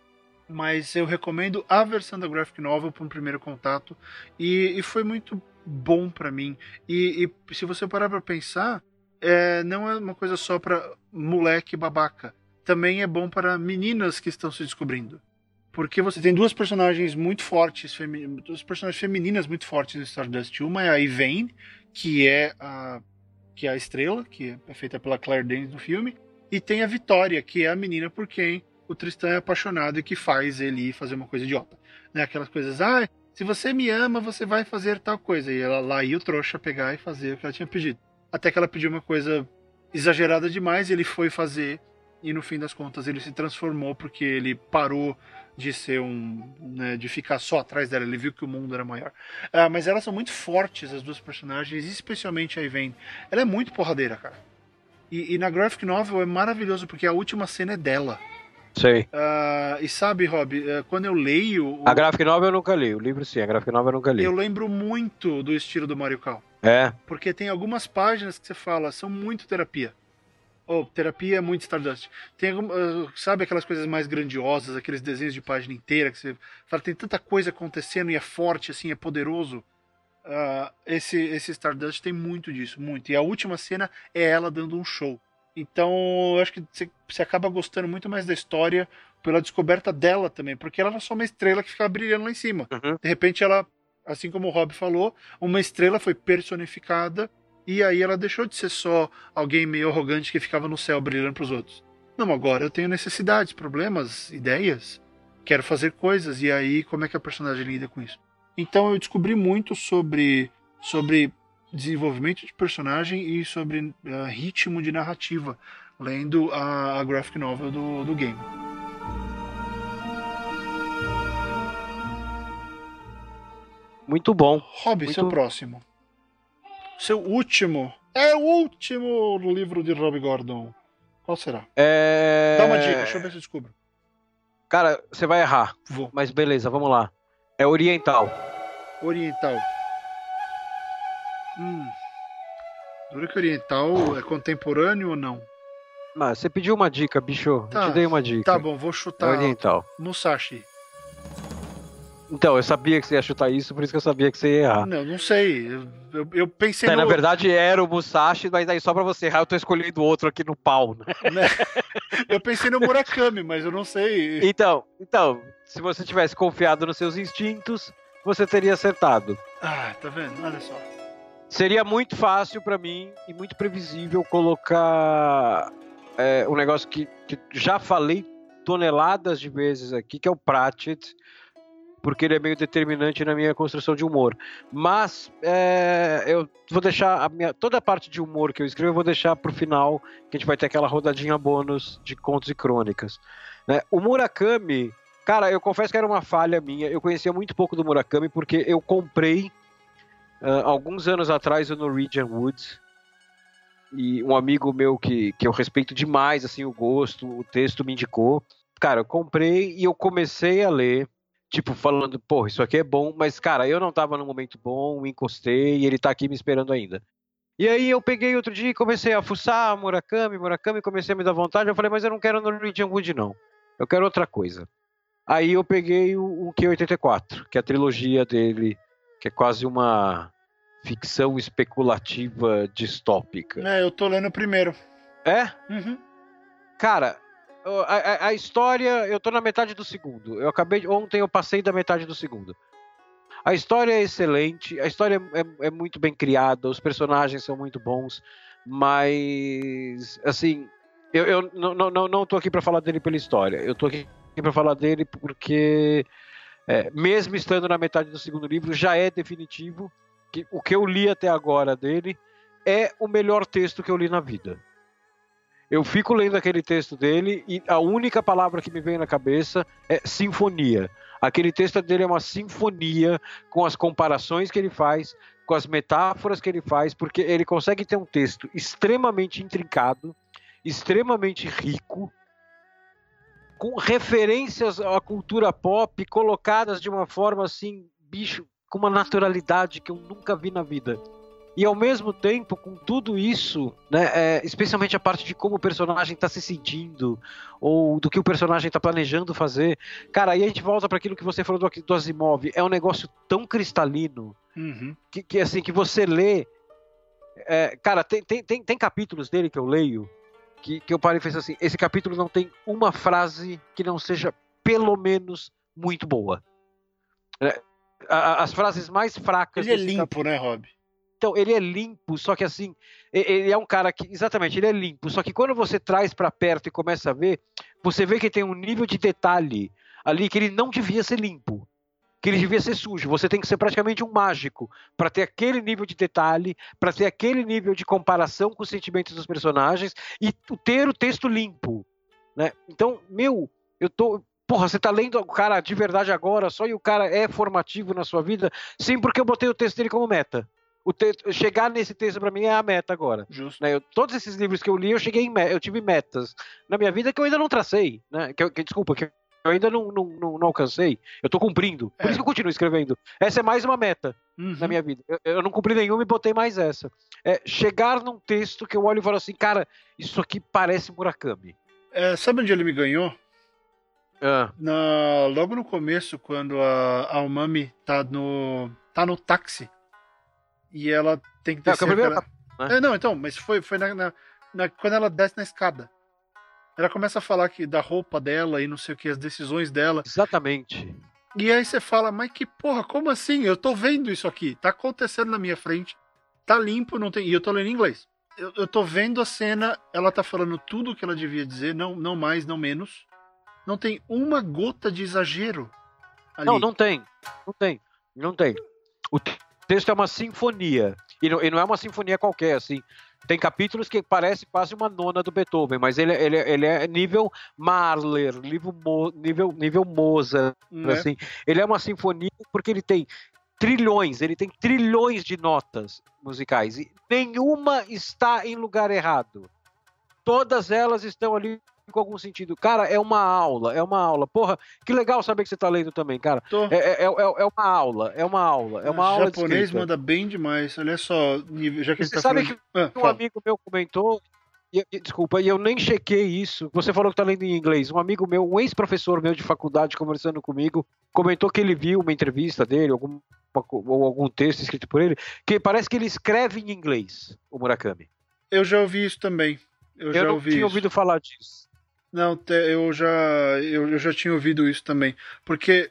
Mas eu recomendo a versão da graphic novel para um primeiro contato. E, e foi muito bom para mim. E, e se você parar para pensar, é, não é uma coisa só para moleque babaca. Também é bom para meninas que estão se descobrindo. Porque você tem duas personagens muito fortes, femi- duas personagens femininas muito fortes no Stardust. Uma é a Yvain, que é a, que é a estrela, que é feita pela Claire Danes no filme. E tem a Vitória, que é a menina por quem o Tristan é apaixonado e que faz ele ir fazer uma coisa idiota. Né? Aquelas coisas, ah, se você me ama, você vai fazer tal coisa. E ela lá ia o trouxa pegar e fazer o que ela tinha pedido. Até que ela pediu uma coisa exagerada demais, ele foi fazer, e no fim das contas ele se transformou porque ele parou de ser um, né, de ficar só atrás dela, ele viu que o mundo era maior. Ah, mas elas são muito fortes, as duas personagens, especialmente a Yvain. Ela é muito porradeira, cara. E, e na graphic novel é maravilhoso porque a última cena é dela. Sei. Uh, e sabe, Rob, uh, quando eu leio... O... A graphic novel eu nunca li, o livro sim, a graphic novel eu nunca li. Eu lembro muito do estilo do Mario Kart. É? Porque tem algumas páginas que você fala, são muito terapia. Ou, oh, terapia é muito Stardust. Tem algum, uh, sabe aquelas coisas mais grandiosas, aqueles desenhos de página inteira, que você fala, tem tanta coisa acontecendo e é forte, assim, é poderoso. uh, esse, esse Stardust tem muito disso, muito. E a última cena é ela dando um show. Então, eu acho que você, você acaba gostando muito mais da história pela descoberta dela também, porque ela era só uma estrela que ficava brilhando lá em cima. Uhum. De repente, ela, assim como o Rob falou, uma estrela foi personificada e aí ela deixou de ser só alguém meio arrogante que ficava no céu brilhando para os outros. Não, agora eu tenho necessidades, problemas, ideias, quero fazer coisas, e aí como é que a personagem lida com isso? Então eu descobri muito sobre, sobre desenvolvimento de personagem e sobre uh, ritmo de narrativa, lendo a, a graphic novel do, do game. Muito bom. Rob, muito... seu próximo. Seu último. É o último livro de Rob Gordon. Qual será? É... Dá uma dica, deixa eu ver se eu descubro. Cara, você vai errar. Vou. Mas beleza, vamos lá. É oriental. Oriental. Hum. Dura que oriental é contemporâneo ou não? Mas você pediu uma dica, bicho. Tá, eu te dei uma dica. Tá bom, vou chutar. É oriental. Musashi. Então, eu sabia que você ia chutar isso, por isso que eu sabia que você ia errar. Não, não sei. Eu, eu, eu pensei é, no... Na verdade, era o Musashi, mas aí só pra você errar, eu tô escolhendo outro aqui no pau, né? Eu pensei no Murakami, mas eu não sei. Então, então, se você tivesse confiado nos seus instintos, você teria acertado. Ah, tá vendo? Olha só. Seria muito fácil pra mim e muito previsível colocar é, um negócio que, que já falei toneladas de vezes aqui, que é o Pratchett, porque ele é meio determinante na minha construção de humor. Mas é, eu vou deixar a minha, toda a parte de humor que eu escrevo, eu vou deixar pro final, que a gente vai ter aquela rodadinha bônus de contos e crônicas. Né? O Murakami, cara, eu confesso que era uma falha minha. Eu conhecia muito pouco do Murakami, porque eu comprei uh, alguns anos atrás o Norwegian Wood, e um amigo meu que, que eu respeito demais assim, o gosto, o texto me indicou. Cara, eu comprei e eu comecei a ler, tipo, falando, porra, isso aqui é bom, mas, cara, eu não tava num momento bom, encostei e ele tá aqui me esperando ainda. E aí eu peguei outro dia e comecei a fuçar Murakami, Murakami, comecei a me dar vontade, eu falei, mas eu não quero Norwegian Wood, não. Eu quero outra coisa. Aí eu peguei o, o Q oitenta e quatro, que é a trilogia dele, que é quase uma ficção especulativa distópica. É, eu tô lendo o primeiro. É? Uhum. Cara... A, a, a história, eu tô na metade do segundo. Eu acabei de, ontem eu passei da metade do segundo. A história é excelente, a história é, é muito bem criada, os personagens são muito bons, mas assim, eu, eu não, não, não tô aqui para falar dele pela história. Eu tô aqui para falar dele porque é, mesmo estando na metade do segundo livro, já é definitivo que o que eu li até agora dele é o melhor texto que eu li na vida. Eu fico lendo aquele texto dele e a única palavra que me vem na cabeça é sinfonia. Aquele texto dele é uma sinfonia com as comparações que ele faz, com as metáforas que ele faz, porque ele consegue ter um texto extremamente intrincado, extremamente rico, com referências à cultura pop colocadas de uma forma assim, bicho, com uma naturalidade que eu nunca vi na vida. E ao mesmo tempo, com tudo isso, né, é, especialmente a parte de como o personagem está se sentindo, ou do que o personagem está planejando fazer, cara, aí a gente volta para aquilo que você falou do, do Asimov, é um negócio tão cristalino, uhum. que, que assim, que você lê, é, cara, tem, tem, tem, tem capítulos dele que eu leio, que, que eu parei e falei assim, esse capítulo não tem uma frase que não seja, pelo menos, muito boa. É, a, as frases mais fracas... Ele é limpo, capítulo, né, Rob? Então, ele é limpo, só que assim, ele é um cara que, exatamente, ele é limpo, só que quando você traz pra perto e começa a ver, você vê que tem um nível de detalhe ali que ele não devia ser limpo, que ele devia ser sujo. Você tem que ser praticamente um mágico para ter aquele nível de detalhe, para ter aquele nível de comparação com os sentimentos dos personagens e ter o texto limpo, né? Então, meu, eu tô... Porra, você tá lendo o cara de verdade agora, só e o cara é formativo na sua vida? Sim, porque eu botei o texto dele como meta. O texto, chegar nesse texto para mim é a meta agora. Justo. Né? Eu, todos esses livros que eu li, eu cheguei em eu tive metas na minha vida que eu ainda não tracei, né? Que, que, desculpa, que eu ainda não, não, não, não alcancei. Eu tô cumprindo. Por é. isso que eu continuo escrevendo. Essa é mais uma meta uhum. na minha vida. Eu, eu não cumpri nenhuma e botei mais essa. É chegar num texto que eu olho e falo assim, cara, isso aqui parece Murakami. É, sabe onde ele me ganhou? Ah. Na, logo no começo, quando a, a Umami tá no, tá no táxi E ela tem que descer... É, primeiro... aquela... né? é, não, então, mas foi, foi na, na, na, quando ela desce na escada. Ela começa a falar que, da roupa dela e não sei o que, as decisões dela. Exatamente. E aí você fala, mas que porra, como assim? Eu tô vendo isso aqui, tá acontecendo na minha frente, tá limpo, não tem... E eu tô lendo em inglês. Eu, eu tô vendo a cena, ela tá falando tudo o que ela devia dizer, não, não mais, não menos. Não tem uma gota de exagero ali. Não, não tem. Não tem. Não tem. O texto é uma sinfonia. E não, e não é uma sinfonia qualquer, assim. Tem capítulos que parece quase uma nona do Beethoven, mas ele, ele, ele é nível Mahler, nível, Mo, nível, nível Mozart, é. assim. Ele é uma sinfonia porque ele tem trilhões, ele tem trilhões de notas musicais. E nenhuma está em lugar errado. Todas elas estão ali com algum sentido. Cara, é uma aula, é uma aula. Porra, que legal saber que você tá lendo também, cara. É, é, é, é uma aula, é uma aula, é uma o aula. O japonês manda bem demais, olha só. Já que você tá sabe falando... que ah, um fala. amigo meu comentou, e, e, desculpa, e eu nem chequei isso, você falou que tá lendo em inglês, um amigo meu, um ex-professor meu de faculdade conversando comigo, comentou que ele viu uma entrevista dele, algum, ou algum texto escrito por ele, que parece que ele escreve em inglês, o Murakami. Eu já ouvi isso também. Eu, eu já não ouvi tinha isso. ouvido falar disso. Não, eu já, eu, eu já tinha ouvido isso também. Porque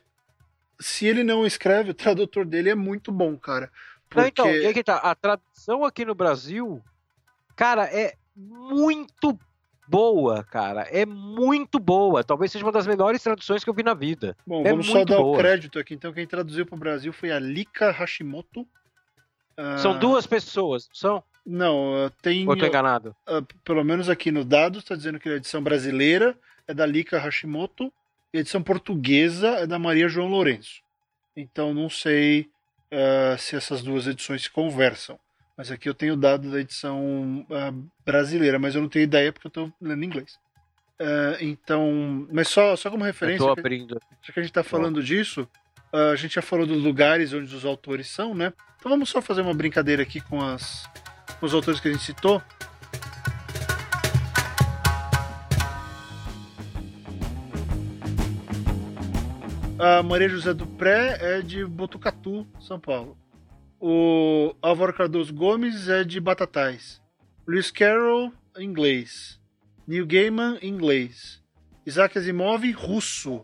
se ele não escreve, o tradutor dele é muito bom, cara. Porque... Não, então, e aí que tá, a tradução aqui no Brasil, cara, é muito boa, cara. É muito boa. Talvez seja uma das melhores traduções que eu vi na vida. Bom, é vamos só dar boa. o crédito aqui. Então, quem traduziu para o Brasil foi a Lika Hashimoto. São uh... duas pessoas, são? Não, tem... Ou eu tô enganado? Uh, pelo menos aqui no dados está dizendo que a edição brasileira é da Lika Hashimoto e a edição portuguesa é da Maria João Lourenço. Então não sei uh, se essas duas edições se conversam. Mas aqui eu tenho dado da edição uh, brasileira, mas eu não tenho ideia porque eu estou lendo em inglês. Uh, então, mas só, só como referência, eu tô abrindo. já que a gente está falando disso, uh, a gente já falou dos lugares onde os autores são, né? Então vamos só fazer uma brincadeira aqui com as... os autores que a gente citou. A Maria José Dupré é de Botucatu, São Paulo. O Álvaro Cardoso Gomes é de Batatais. Lewis Carroll, inglês. Neil Gaiman, inglês. Isaac Asimov, russo.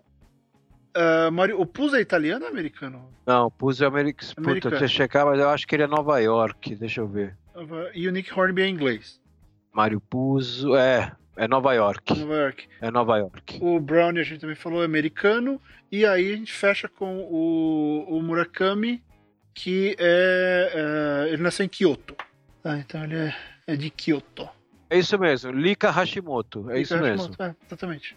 Uh, Mario... O Puzo é italiano ou americano? Não, o Puzo é americano. Puta, deixa eu checar, mas eu acho que ele é Nova York. Deixa eu ver. E o Nick Hornby é inglês. Mário Puzo, é, é Nova York. Nova York. É Nova York. O Brown, a gente também falou, é americano. E aí a gente fecha com o, o Murakami, que é, é... ele nasceu em Kyoto. Ah, então ele é, é de Kyoto. É isso mesmo, Lika Hashimoto, é Lika isso Hashimoto, mesmo. É, exatamente.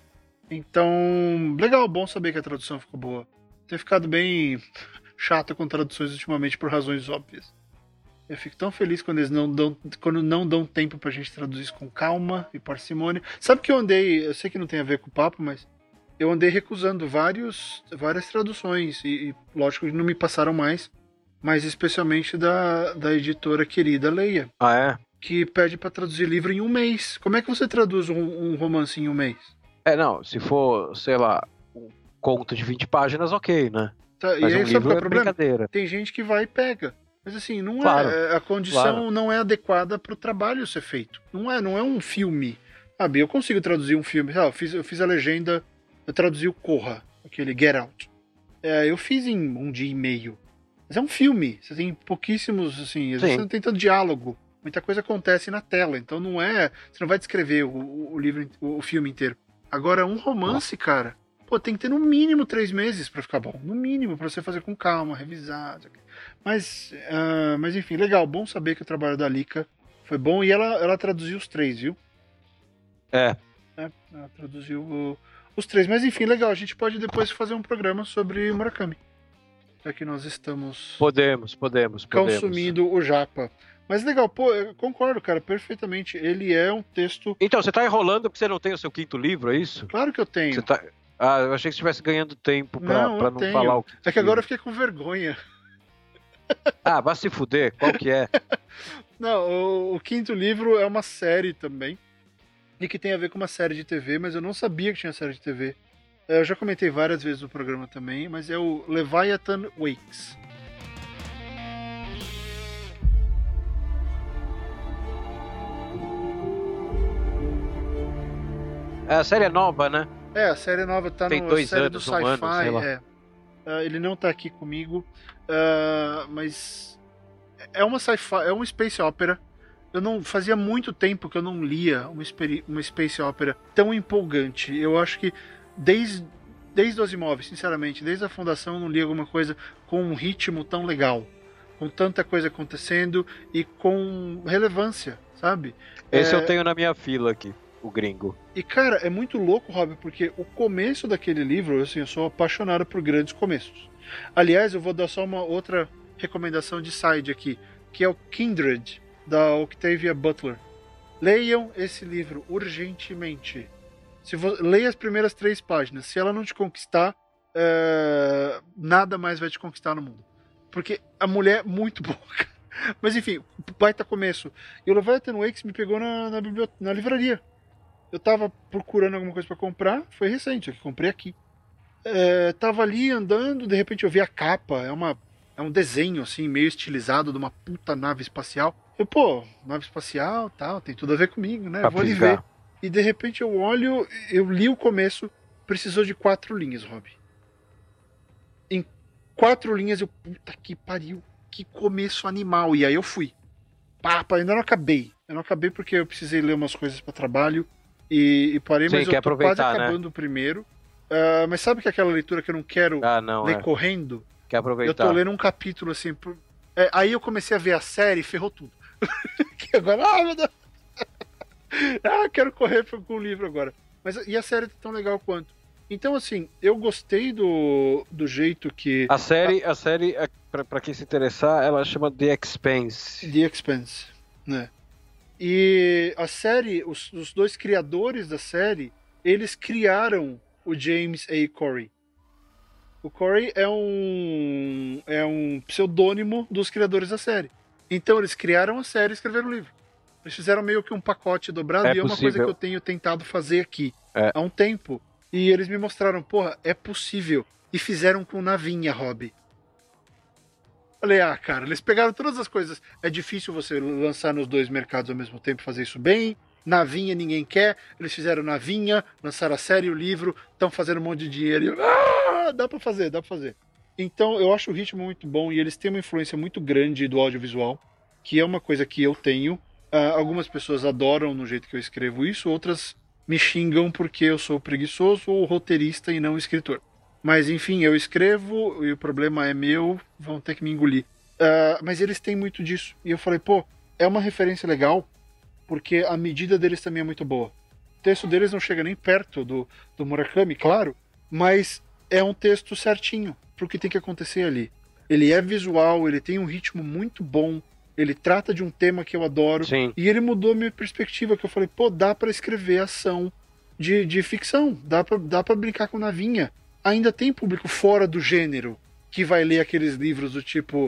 Então, legal, bom saber que a tradução ficou boa. Tem ficado bem chato com traduções ultimamente por razões óbvias. Eu fico tão feliz quando eles não dão, quando não dão tempo pra gente traduzir isso com calma e parcimônia. Sabe que eu andei, eu sei que não tem a ver com o papo, mas eu andei recusando vários, várias traduções e, e lógico que não me passaram mais, mas especialmente da, da editora querida Leia. Ah, é? Que pede pra traduzir livro em um mês. Como é que você traduz um, um romance em um mês? É, não, se for, sei lá, um conto de vinte páginas, ok, né? Tá, mas e aí um sabe qual é o problema? Brincadeira. Tem gente que vai e pega. Mas assim, não claro, é, a condição claro. não é adequada para o trabalho ser feito. Não é, não é um filme. Sabe, eu consigo traduzir um filme. Ah, eu, fiz, eu fiz a legenda, eu traduzi o Corra, aquele Get Out. É, eu fiz em um dia e meio. Mas é um filme. Você tem pouquíssimos, assim, às vezes você não tem tanto diálogo. Muita coisa acontece na tela. Então não é. Você não vai descrever o, o livro, o, o filme inteiro. Agora, um romance, cara, pô, tem que ter no mínimo três meses para ficar bom. No mínimo, para você fazer com calma, revisar. Mas, uh, mas enfim, legal. Bom saber que o trabalho da Lika foi bom. E ela, ela traduziu os três, viu? É. é ela traduziu o, os três. Mas enfim, legal. A gente pode depois fazer um programa sobre Murakami. Já que nós estamos... Podemos, podemos, podemos. Consumindo o japa. Mas legal, pô, eu concordo, cara, perfeitamente. Ele é um texto... Então, você tá enrolando porque você não tem o seu quinto livro, é isso? Claro que eu tenho. Você tá... Ah, eu achei que você estivesse ganhando tempo pra não, pra não tenho. falar o quinto É que agora livro. eu fiquei com vergonha. Ah, vai se fuder, qual que é? Não, o, o quinto livro é uma série também. E que tem a ver com uma série de T V, mas eu não sabia que tinha série de T V. Eu já comentei várias vezes no programa também, mas é o Leviathan Wakes. É, a série é nova, né? É, a série nova tá Tem no dois série anos, do um ano, sei Sci-Fi. lá. É. Uh, ele não tá aqui comigo, uh, mas é uma sci-fi, é uma space opera. Eu não fazia muito tempo que eu não lia uma, uma space opera tão empolgante. Eu acho que desde desde os imóveis, sinceramente, desde a fundação eu não li alguma coisa com um ritmo tão legal, com tanta coisa acontecendo e com relevância, sabe? Esse é... eu tenho na minha fila aqui, o gringo. E cara, é muito louco, Rob, porque o começo daquele livro, assim, eu sou apaixonado por grandes começos. Aliás, eu vou dar só uma outra recomendação de side aqui, que é o Kindred, da Octavia Butler. Leiam esse livro urgentemente. Se vo... Leia as primeiras três páginas. Se ela não te conquistar, é... nada mais vai te conquistar no mundo. Porque a mulher é muito boa. Mas enfim, baita começo. E o Leviathan Wakes me pegou na, na, bibliot... na livraria. Eu tava procurando alguma coisa para comprar, foi recente, eu comprei aqui. É, tava ali andando, de repente eu vi a capa, é, uma, é um desenho assim, meio estilizado de uma puta nave espacial. Eu, pô, nave espacial, tal, tem tudo a ver comigo, né? Pra Vou ali ver. E de repente eu olho, eu li o começo, precisou de quatro linhas, Rob. Em quatro linhas eu, puta que pariu, que começo animal. E aí eu fui. Papa, ainda não acabei. Eu não acabei porque eu precisei ler umas coisas para trabalho. E, e parei, Sim, mas eu tô quase acabando né? o primeiro. Uh, mas sabe que aquela leitura que eu não quero ah, não, ler é. correndo? Quer aproveitar. Eu tô lendo um capítulo assim. Por... É, aí eu comecei a ver a série e ferrou tudo. que agora, ah, meu Deus. ah, quero correr com o livro agora. Mas e a série tá tão legal quanto? Então, assim, eu gostei do, do jeito que. A série, a, a série, pra, pra quem se interessar, ela chama The Expanse. The Expanse, né? E a série, os, os dois criadores da série, eles criaram o James A. Corey. O Corey é um é um pseudônimo dos criadores da série. Então eles criaram a série e escreveram o livro. Eles fizeram meio que um pacote dobrado, é e é uma coisa que eu tenho tentado fazer aqui é. há um tempo. E eles me mostraram, porra, é possível. E fizeram com navinha, Rob. Falei, ah, cara, eles pegaram todas as coisas. É difícil você lançar nos dois mercados ao mesmo tempo, fazer isso bem. Navinha ninguém quer. Eles fizeram navinha, lançaram a série e o livro, estão fazendo um monte de dinheiro. E eu, ah, dá pra fazer, dá pra fazer. Então eu acho o ritmo muito bom e eles têm uma influência muito grande do audiovisual, que é uma coisa que eu tenho. Uh, algumas pessoas adoram no jeito que eu escrevo isso, outras me xingam porque eu sou preguiçoso ou roteirista e não escritor. Mas enfim, eu escrevo e o problema é meu, vão ter que me engolir. Uh, mas eles têm muito disso. E eu falei, pô, é uma referência legal, porque a medida deles também é muito boa. O texto deles não chega nem perto do, do Murakami, claro, mas é um texto certinho pro que tem que acontecer ali. Ele é visual, ele tem um ritmo muito bom, ele trata de um tema que eu adoro. Sim. E ele mudou a minha perspectiva, que eu falei, pô, dá pra escrever ação de, de ficção, dá pra, dá pra brincar com navinha. Ainda tem público fora do gênero que vai ler aqueles livros do tipo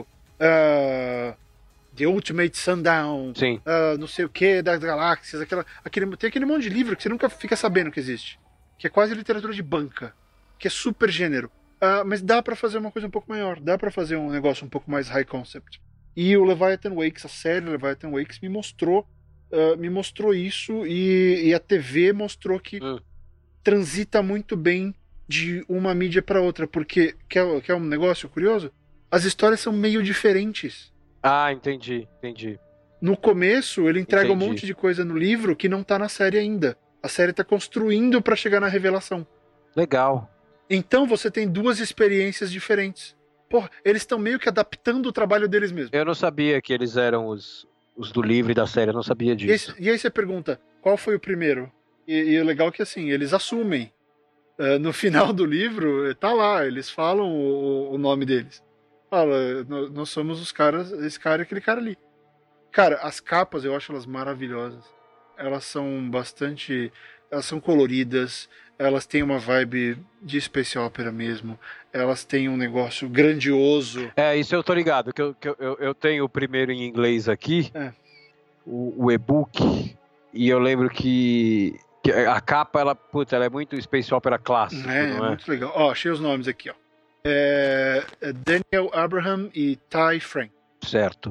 uh, The Ultimate Sundown, uh, não sei o que, das galáxias, aquela, aquele, tem aquele monte de livro que você nunca fica sabendo que existe, que é quase literatura de banca, que é super gênero. Uh, mas dá pra fazer uma coisa um pouco maior, dá pra fazer um negócio um pouco mais high concept. E o Leviathan Wakes, a série Leviathan Wakes, me mostrou, uh, me mostrou isso, e, e a T V mostrou que uh. transita muito bem de uma mídia para outra, porque quer, quer um negócio curioso? As histórias são meio diferentes. Ah, entendi, entendi. No começo, ele entrega entendi. um monte de coisa no livro que não tá na série ainda. A série tá construindo para chegar na revelação. Legal. Então você tem duas experiências diferentes. Porra, eles estão meio que adaptando o trabalho deles mesmos. Eu não sabia que eles eram os, os do livro e da série, eu não sabia disso. E aí, e aí você pergunta, qual foi o primeiro? E, e o legal é que assim, eles assumem. Uh, no final do livro, tá lá, eles falam o, o nome deles. Fala, nós somos os caras, esse cara e aquele cara ali. Cara, as capas eu acho elas maravilhosas. Elas são bastante... Elas são coloridas, elas têm uma vibe de space opera mesmo. Elas têm um negócio grandioso. É, isso eu tô ligado, que eu, que eu, eu tenho o primeiro em inglês aqui, é. o, o e-book, e eu lembro que... A capa, ela, puta, ela é muito space opera clássico, é, não é? É muito legal. Ó, achei os nomes aqui, ó. É, é Daniel Abraham e Ty Frank. Certo.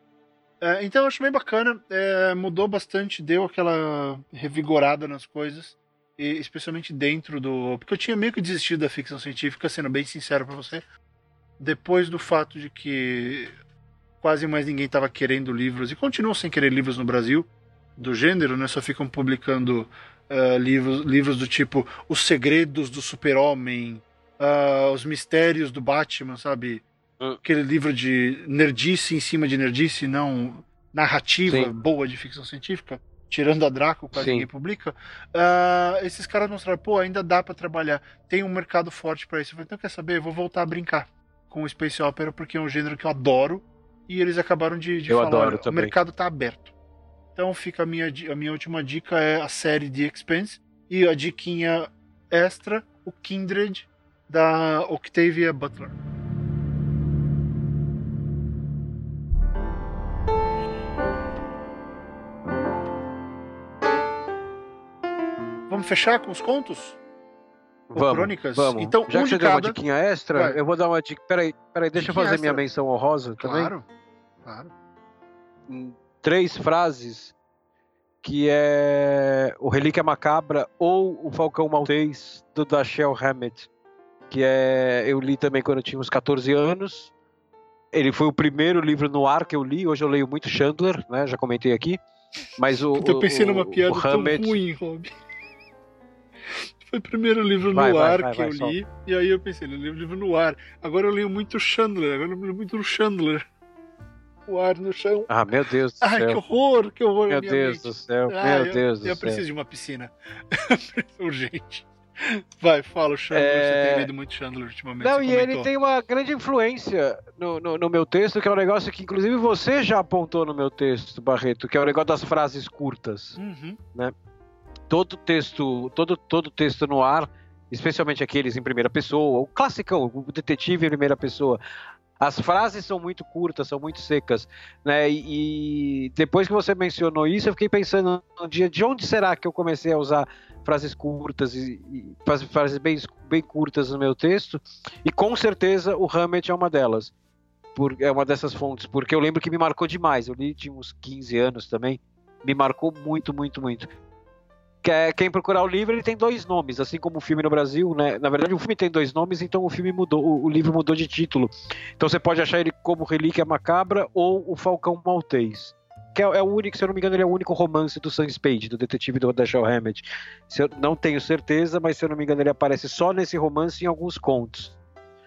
É, então eu acho bem bacana. É, mudou bastante, deu aquela revigorada nas coisas. e especialmente dentro do... Porque eu tinha meio que desistido da ficção científica, sendo bem sincero pra você, depois do fato de que quase mais ninguém estava querendo livros, e continuam sem querer livros no Brasil, do gênero, né? Só ficam publicando uh, livros, livros do tipo Os Segredos do Super-Homem, uh, Os Mistérios do Batman, sabe? Uh. Aquele livro de nerdice em cima de nerdice, não narrativa Sim. boa de ficção científica, tirando a Draco, quase Sim. ninguém publica. Uh, esses caras mostraram, pô, ainda dá pra trabalhar, tem um mercado forte pra isso. Eu falei, então quer saber? Eu vou voltar a brincar com o Space Opera, porque é um gênero que eu adoro, e eles acabaram de, de eu falar, adoro olha, o mercado tá aberto. Então fica a minha, a minha última dica é a série The Expanse, e a diquinha extra, o Kindred, da Octavia Butler. Vamos fechar com os contos? Vamos, crônicas? Vamos. Então, Já um que você de deu cada... uma diquinha extra, Vai. eu vou dar uma dica. Peraí, peraí deixa diquinha eu fazer extra. minha menção honrosa também. Claro, claro. Três frases, que é o Relíquia Macabra ou o Falcão Maltês, do Dashiell Hammett, que é, eu li também quando eu tinha uns catorze anos. Ele foi o primeiro livro no ar que eu li. Hoje eu leio muito Chandler, né? Já comentei aqui. Mas o, eu pensei o, numa piada o Hammett... tão ruim, Rob. Foi o primeiro livro no vai, ar vai, vai, que vai, eu solta. li, e aí eu pensei, eu li o livro no ar. Agora eu leio muito Chandler, agora eu leio muito Chandler. O ar no chão. Ah, meu Deus do Ai, céu. que horror, que horror. Meu Deus mente. do céu, ah, meu eu, Deus do eu céu. Eu preciso de uma piscina. Urgente. Vai, fala o Chandler, é... você tem lido muito Chandler ultimamente. Não, e comentou. Ele tem uma grande influência no, no, no meu texto, que é um negócio que inclusive você já apontou no meu texto, Barreto, que é o negócio das frases curtas. Uhum. Né? Todo texto, todo, todo texto no ar, especialmente aqueles em primeira pessoa, o classicão, o detetive em primeira pessoa, as frases são muito curtas, são muito secas, né? E, e depois que você mencionou isso, eu fiquei pensando no dia de onde será que eu comecei a usar frases curtas e, e frases bem, bem curtas no meu texto, e com certeza o Hammett é uma delas, por, é uma dessas fontes, porque eu lembro que me marcou demais. Eu li de uns quinze anos também, me marcou muito, muito, muito. Quem procurar o livro, ele tem dois nomes, assim como o filme no Brasil, né? Na verdade, o filme tem dois nomes, então o filme mudou, o livro mudou de título. Então você pode achar ele como Relíquia Macabra ou o Falcão Maltês, que é, é o único, se eu não me engano, ele é o único romance do Sam Spade, do detetive do Dashiell Hammett. Se eu não tenho certeza, mas se eu não me engano, ele aparece só nesse romance e em alguns contos.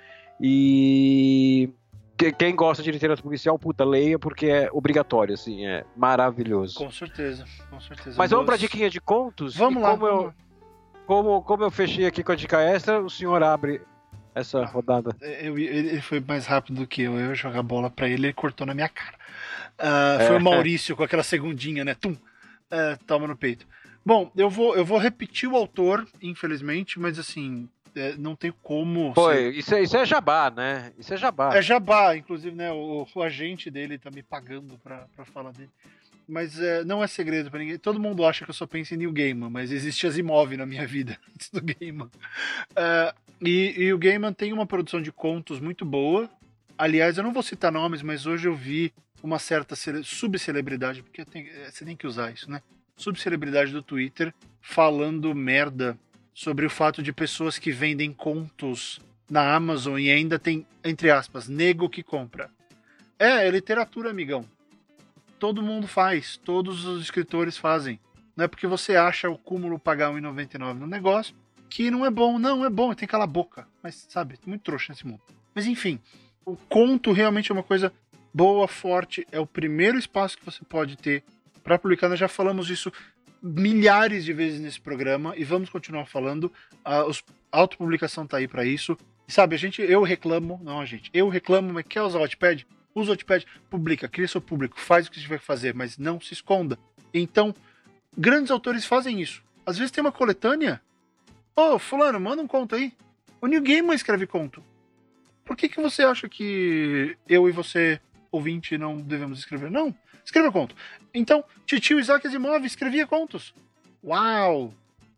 E quem gosta de literatura policial, puta, leia, porque é obrigatório, assim, é maravilhoso. Com certeza, com certeza. Mas vamos pra diquinha de contos? Vamos lá, como vamos eu, lá. Como, como eu fechei aqui com a dica extra, o senhor abre essa ah, rodada. Eu, ele foi mais rápido do que eu, eu ia jogar a bola pra ele, ele cortou na minha cara. Uh, é. Foi o Maurício com aquela segundinha, né? Tum, uh, toma no peito. Bom, eu vou, eu vou repetir o autor, infelizmente, mas assim... É, não tem como... Foi, ser... isso, é, isso é jabá, né? Isso é jabá. É jabá, inclusive, né? O, o agente dele tá me pagando pra, pra falar dele. Mas é, não é segredo pra ninguém. Todo mundo acha que eu só penso em Neil Gaiman, mas existe Asimov na minha vida antes do Gaiman. Uh, e, e o Gaiman tem uma produção de contos muito boa. Aliás, eu não vou citar nomes, mas hoje eu vi uma certa cele... subcelebridade, porque tem, você tem que usar isso, né? Subcelebridade do Twitter falando merda sobre o fato de pessoas que vendem contos na Amazon e ainda tem, entre aspas, nego que compra. É, é literatura, amigão. Todo mundo faz, todos os escritores fazem. Não é porque você acha o cúmulo pagar um real e noventa e nove centavos no negócio que não é bom. Não, é bom, tem que calar a boca. Mas, sabe, muito trouxa nesse mundo. Mas, enfim, o conto realmente é uma coisa boa, forte. É o primeiro espaço que você pode ter para publicar. Nós já falamos isso milhares de vezes nesse programa e vamos continuar falando. A uh, autopublicação tá aí para isso. E sabe, a gente, eu reclamo, não a gente, eu reclamo, mas quer usar o Wattpad? Usa o Wattpad, publica, cria seu público, faz o que você vai fazer, mas não se esconda. Então, grandes autores fazem isso. Às vezes tem uma coletânea. Ô, oh, fulano, manda um conto aí. O Neil Gaiman escreve conto. Por que que você acha que eu e você, ouvinte, não devemos escrever? Não. Escreva conto. Então, titio Isaac Asimov escrevia contos. Uau!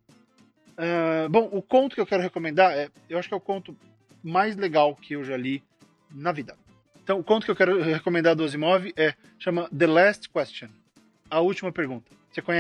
Uh, bom, o conto que eu quero recomendar, é, eu acho que é o conto mais legal que eu já li na vida. Então, o conto que eu quero recomendar do Asimov é, chama The Last Question. A última pergunta. Você conhece?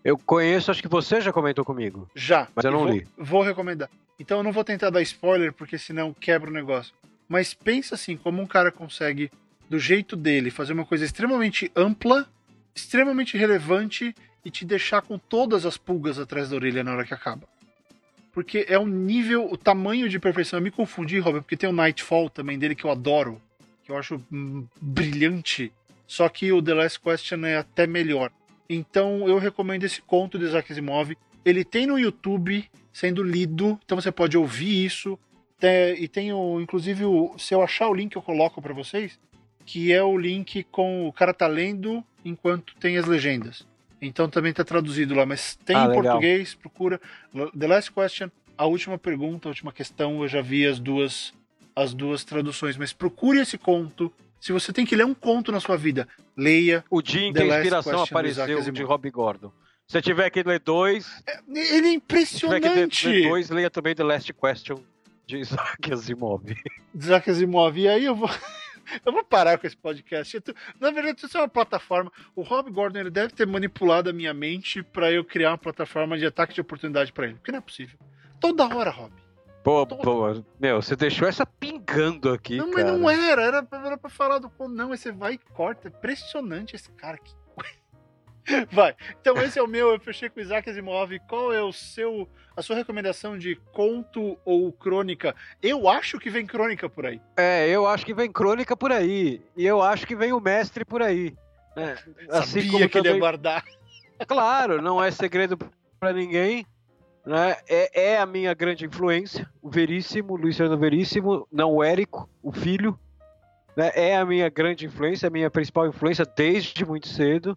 Eu conheço, acho que você já comentou comigo. Já. Mas eu não vou, li. Vou recomendar. Então eu não vou tentar dar spoiler, porque senão quebra o negócio. Mas pensa assim, como um cara consegue, do jeito dele, fazer uma coisa extremamente ampla, extremamente relevante e te deixar com todas as pulgas atrás da orelha na hora que acaba. Porque é um nível, o tamanho de perfeição. Eu me confundi, Robert, porque tem o Nightfall também dele que eu adoro, que eu acho hum, brilhante. Só que o The Last Question é até melhor. Então eu recomendo esse conto de Isaac Asimov. Ele tem no YouTube sendo lido, então você pode ouvir isso. E tem o, inclusive, o, se eu achar o link eu coloco para vocês, que é o link com o cara tá lendo enquanto tem as legendas. Então também tá traduzido lá, mas tem ah, em legal. português, procura The Last Question, a última pergunta, a última questão, eu já vi as duas, as duas traduções, mas procure esse conto. Se você tem que ler um conto na sua vida, leia. O dia em que a inspiração apareceu de Rob Gordon. Se tiver que ler dois... É, ele é impressionante! Se tiver que ler dois, leia também The Last Question de Isaac Asimov. Isaac Asimov. E aí eu vou... Eu vou parar com esse podcast. Na verdade, isso é uma plataforma. O Rob Gordon ele deve ter manipulado a minha mente pra eu criar uma plataforma de ataque de oportunidade pra ele. Porque não é possível. Toda hora, Rob. Pô, pô, meu, você deixou essa pingando aqui, não, cara. Não, mas não era. Era, era pra falar do como. Não, aí você vai e corta. É impressionante esse cara aqui. Vai. Então esse é o meu. Eu fechei com o Isaac Asimov. Qual é o seu, a sua recomendação de conto ou crônica? Eu acho que vem crônica por aí. É, eu acho que vem crônica por aí. E eu acho que vem o mestre por aí. Né? Assim Sabia como que também... ele ia guardar. Claro, não é segredo pra ninguém. Né? É, é a minha grande influência. O Veríssimo, Luiz Fernando Veríssimo, não o Érico, o filho. Né? É a minha grande influência, a minha principal influência desde muito cedo.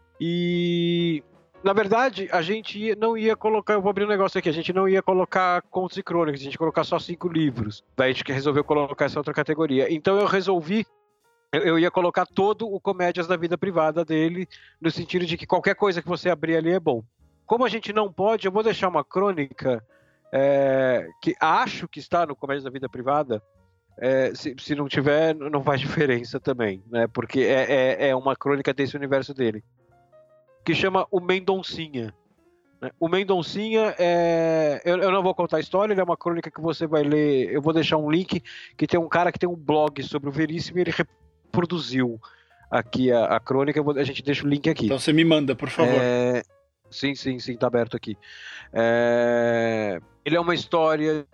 E, na verdade, a gente ia, não ia colocar, eu vou abrir um negócio aqui, a gente não ia colocar contos e crônicas, a gente ia colocar só cinco livros. Daí a gente resolveu colocar essa outra categoria. Então eu resolvi, eu, eu ia colocar todo o Comédias da Vida Privada dele, no sentido de que qualquer coisa que você abrir ali é bom. Como a gente não pode, eu vou deixar uma crônica é, que acho que está no Comédias da Vida Privada. É, se, se não tiver, não faz diferença também, né? Porque é, é, é uma crônica desse universo dele, que chama O Mendoncinha. O Mendoncinha é... Eu, eu não vou contar a história, ele é uma crônica que você vai ler. Eu vou deixar um link que tem um cara que tem um blog sobre o Veríssimo e ele reproduziu aqui a, a crônica. A gente deixa o link aqui. Então você me manda, por favor. É... Sim, sim, sim, tá aberto aqui. É... Ele é uma história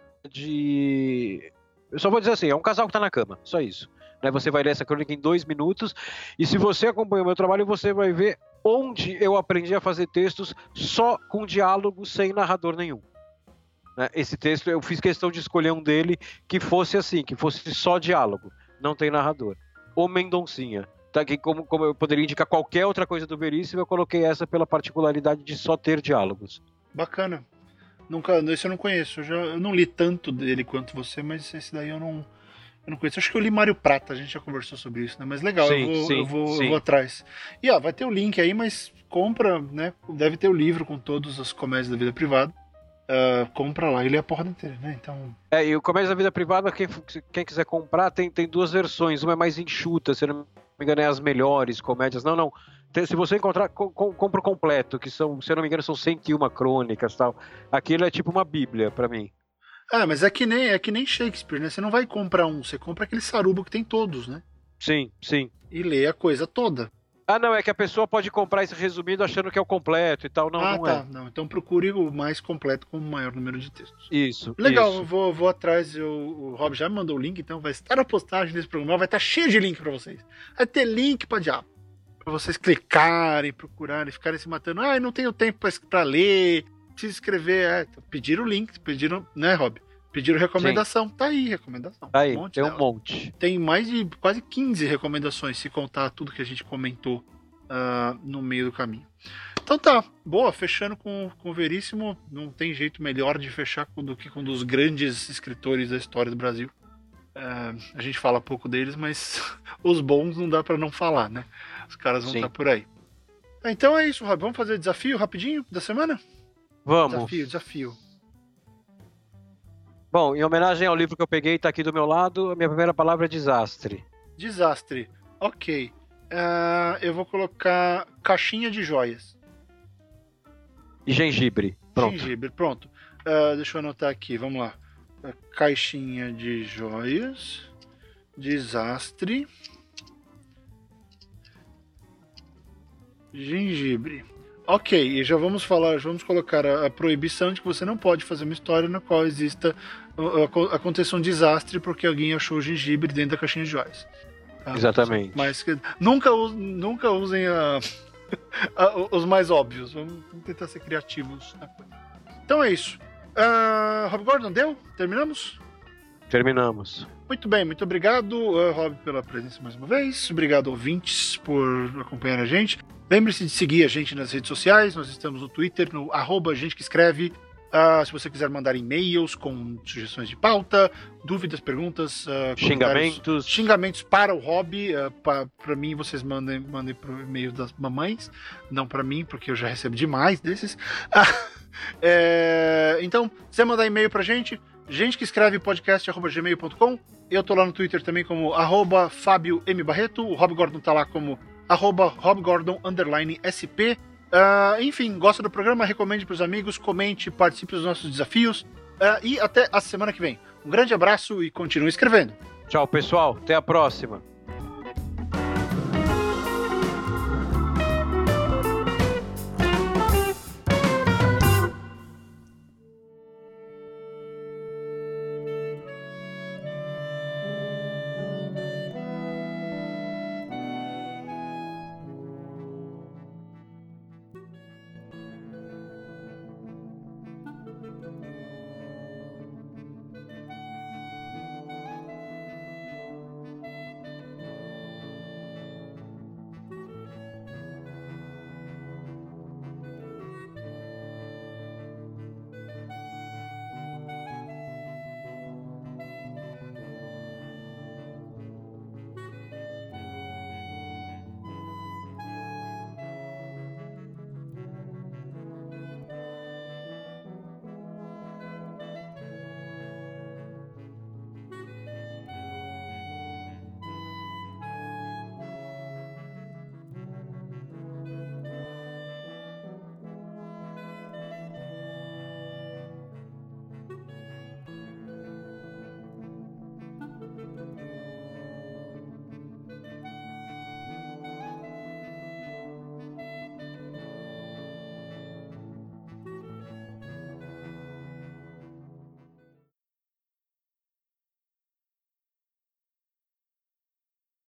de... Eu só vou dizer assim, é um casal que tá na cama, só isso. Você vai ler essa crônica em dois minutos e se você acompanha o meu trabalho, você vai ver onde eu aprendi a fazer textos só com diálogo, sem narrador nenhum. Esse texto, eu fiz questão de escolher um dele que fosse assim, que fosse só diálogo, não tem narrador. O Mendoncinha. Tá aqui, como, como eu poderia indicar qualquer outra coisa do Veríssimo, eu coloquei essa pela particularidade de só ter diálogos. Bacana. Nunca, esse eu não conheço. Eu, já, eu não li tanto dele quanto você, mas esse daí eu não... Eu não conheço. Acho que eu li Mário Prata, a gente já conversou sobre isso, né? Mas legal, sim, eu, vou, sim, eu, vou, eu vou atrás. E ó, vai ter o link aí, mas compra, né? Deve ter o livro com todas as comédias da vida privada. Uh, compra lá e lê a porra inteira, né? Então... É, e o Comédias da Vida Privada, quem, quem quiser comprar, tem, tem duas versões. Uma é mais enxuta, se eu não me engano, é as melhores comédias. Não, não. Tem, se você encontrar, com, com, compra o completo, que são, se eu não me engano, são cento e uma crônicas e tal. Aquilo é tipo uma bíblia pra mim. Ah, mas é que nem, é que nem Shakespeare, né? Você não vai comprar um, você compra aquele sarubo que tem todos, né? Sim, sim. E lê a coisa toda. Ah, não, é que a pessoa pode comprar esse resumido achando que é o completo e tal. Não, ah, não tá. é. Não, então procure o mais completo com o maior número de textos. Isso. Legal, isso. eu vou, vou atrás. Eu, o Rob já me mandou o link, então vai estar na postagem desse programa. Vai estar cheio de link pra vocês. Vai ter link pra diabo. Pra vocês clicarem, procurarem, ficarem se matando. Ah, eu não tenho tempo pra, pra ler, preciso escrever. É, então, pediram o link, pediram, né, Rob? Pediram recomendação. Sim. Tá aí, recomendação. Tá aí, um monte tem dela. um monte. Tem mais de quase quinze recomendações, se contar tudo que a gente comentou uh, no meio do caminho. Então tá, boa, fechando com, com o Veríssimo. Não tem jeito melhor de fechar com, do que com um dos grandes escritores da história do Brasil. Uh, a gente fala pouco deles, mas os bons não dá pra não falar, né? Os caras vão estar por aí. Então é isso, Rob. Vamos fazer desafio rapidinho da semana? Vamos. Desafio, desafio. Bom, em homenagem ao livro que eu peguei, tá aqui do meu lado, a minha primeira palavra é desastre. Desastre, ok. Uh, eu vou colocar caixinha de joias. E gengibre. Pronto. Gengibre, pronto. Uh, deixa eu anotar aqui, vamos lá. Caixinha de joias. Desastre. Gengibre. Ok, e já vamos falar, já vamos colocar a, a proibição de que você não pode fazer uma história na qual exista uh, aconteça um desastre porque alguém achou gengibre dentro da caixinha de joias. Tá? Exatamente. Mas que, nunca, nunca usem a, a, os mais óbvios. Vamos, vamos tentar ser criativos na coisa. Então é isso. Uh, Rob Gordon, deu? Terminamos? Terminamos. Muito bem, muito obrigado, uh, Rob, pela presença mais uma vez. Obrigado, ouvintes, por acompanhar a gente. Lembre-se de seguir a gente nas redes sociais. Nós estamos no Twitter, no arroba gente que escreve. Uh, se você quiser mandar e-mails com sugestões de pauta, dúvidas, perguntas, uh, xingamentos. Xingamentos para o Rob. Uh, para mim, vocês mandem, mandem pro e-mail das mamães. Não para mim, porque eu já recebo demais desses. Uh, é, então, se você mandar e-mail pra gente, gente que escreve podcast arroba gmail ponto com. Eu tô lá no Twitter também como arroba Fábio M. Barreto. O Rob Gordon tá lá como arroba Rob Gordon underline S P. Uh, enfim, gosta do programa, recomende pros amigos, comente, participe dos nossos desafios. Uh, e até a semana que vem. Um grande abraço e continue escrevendo. Tchau, pessoal. Até a próxima.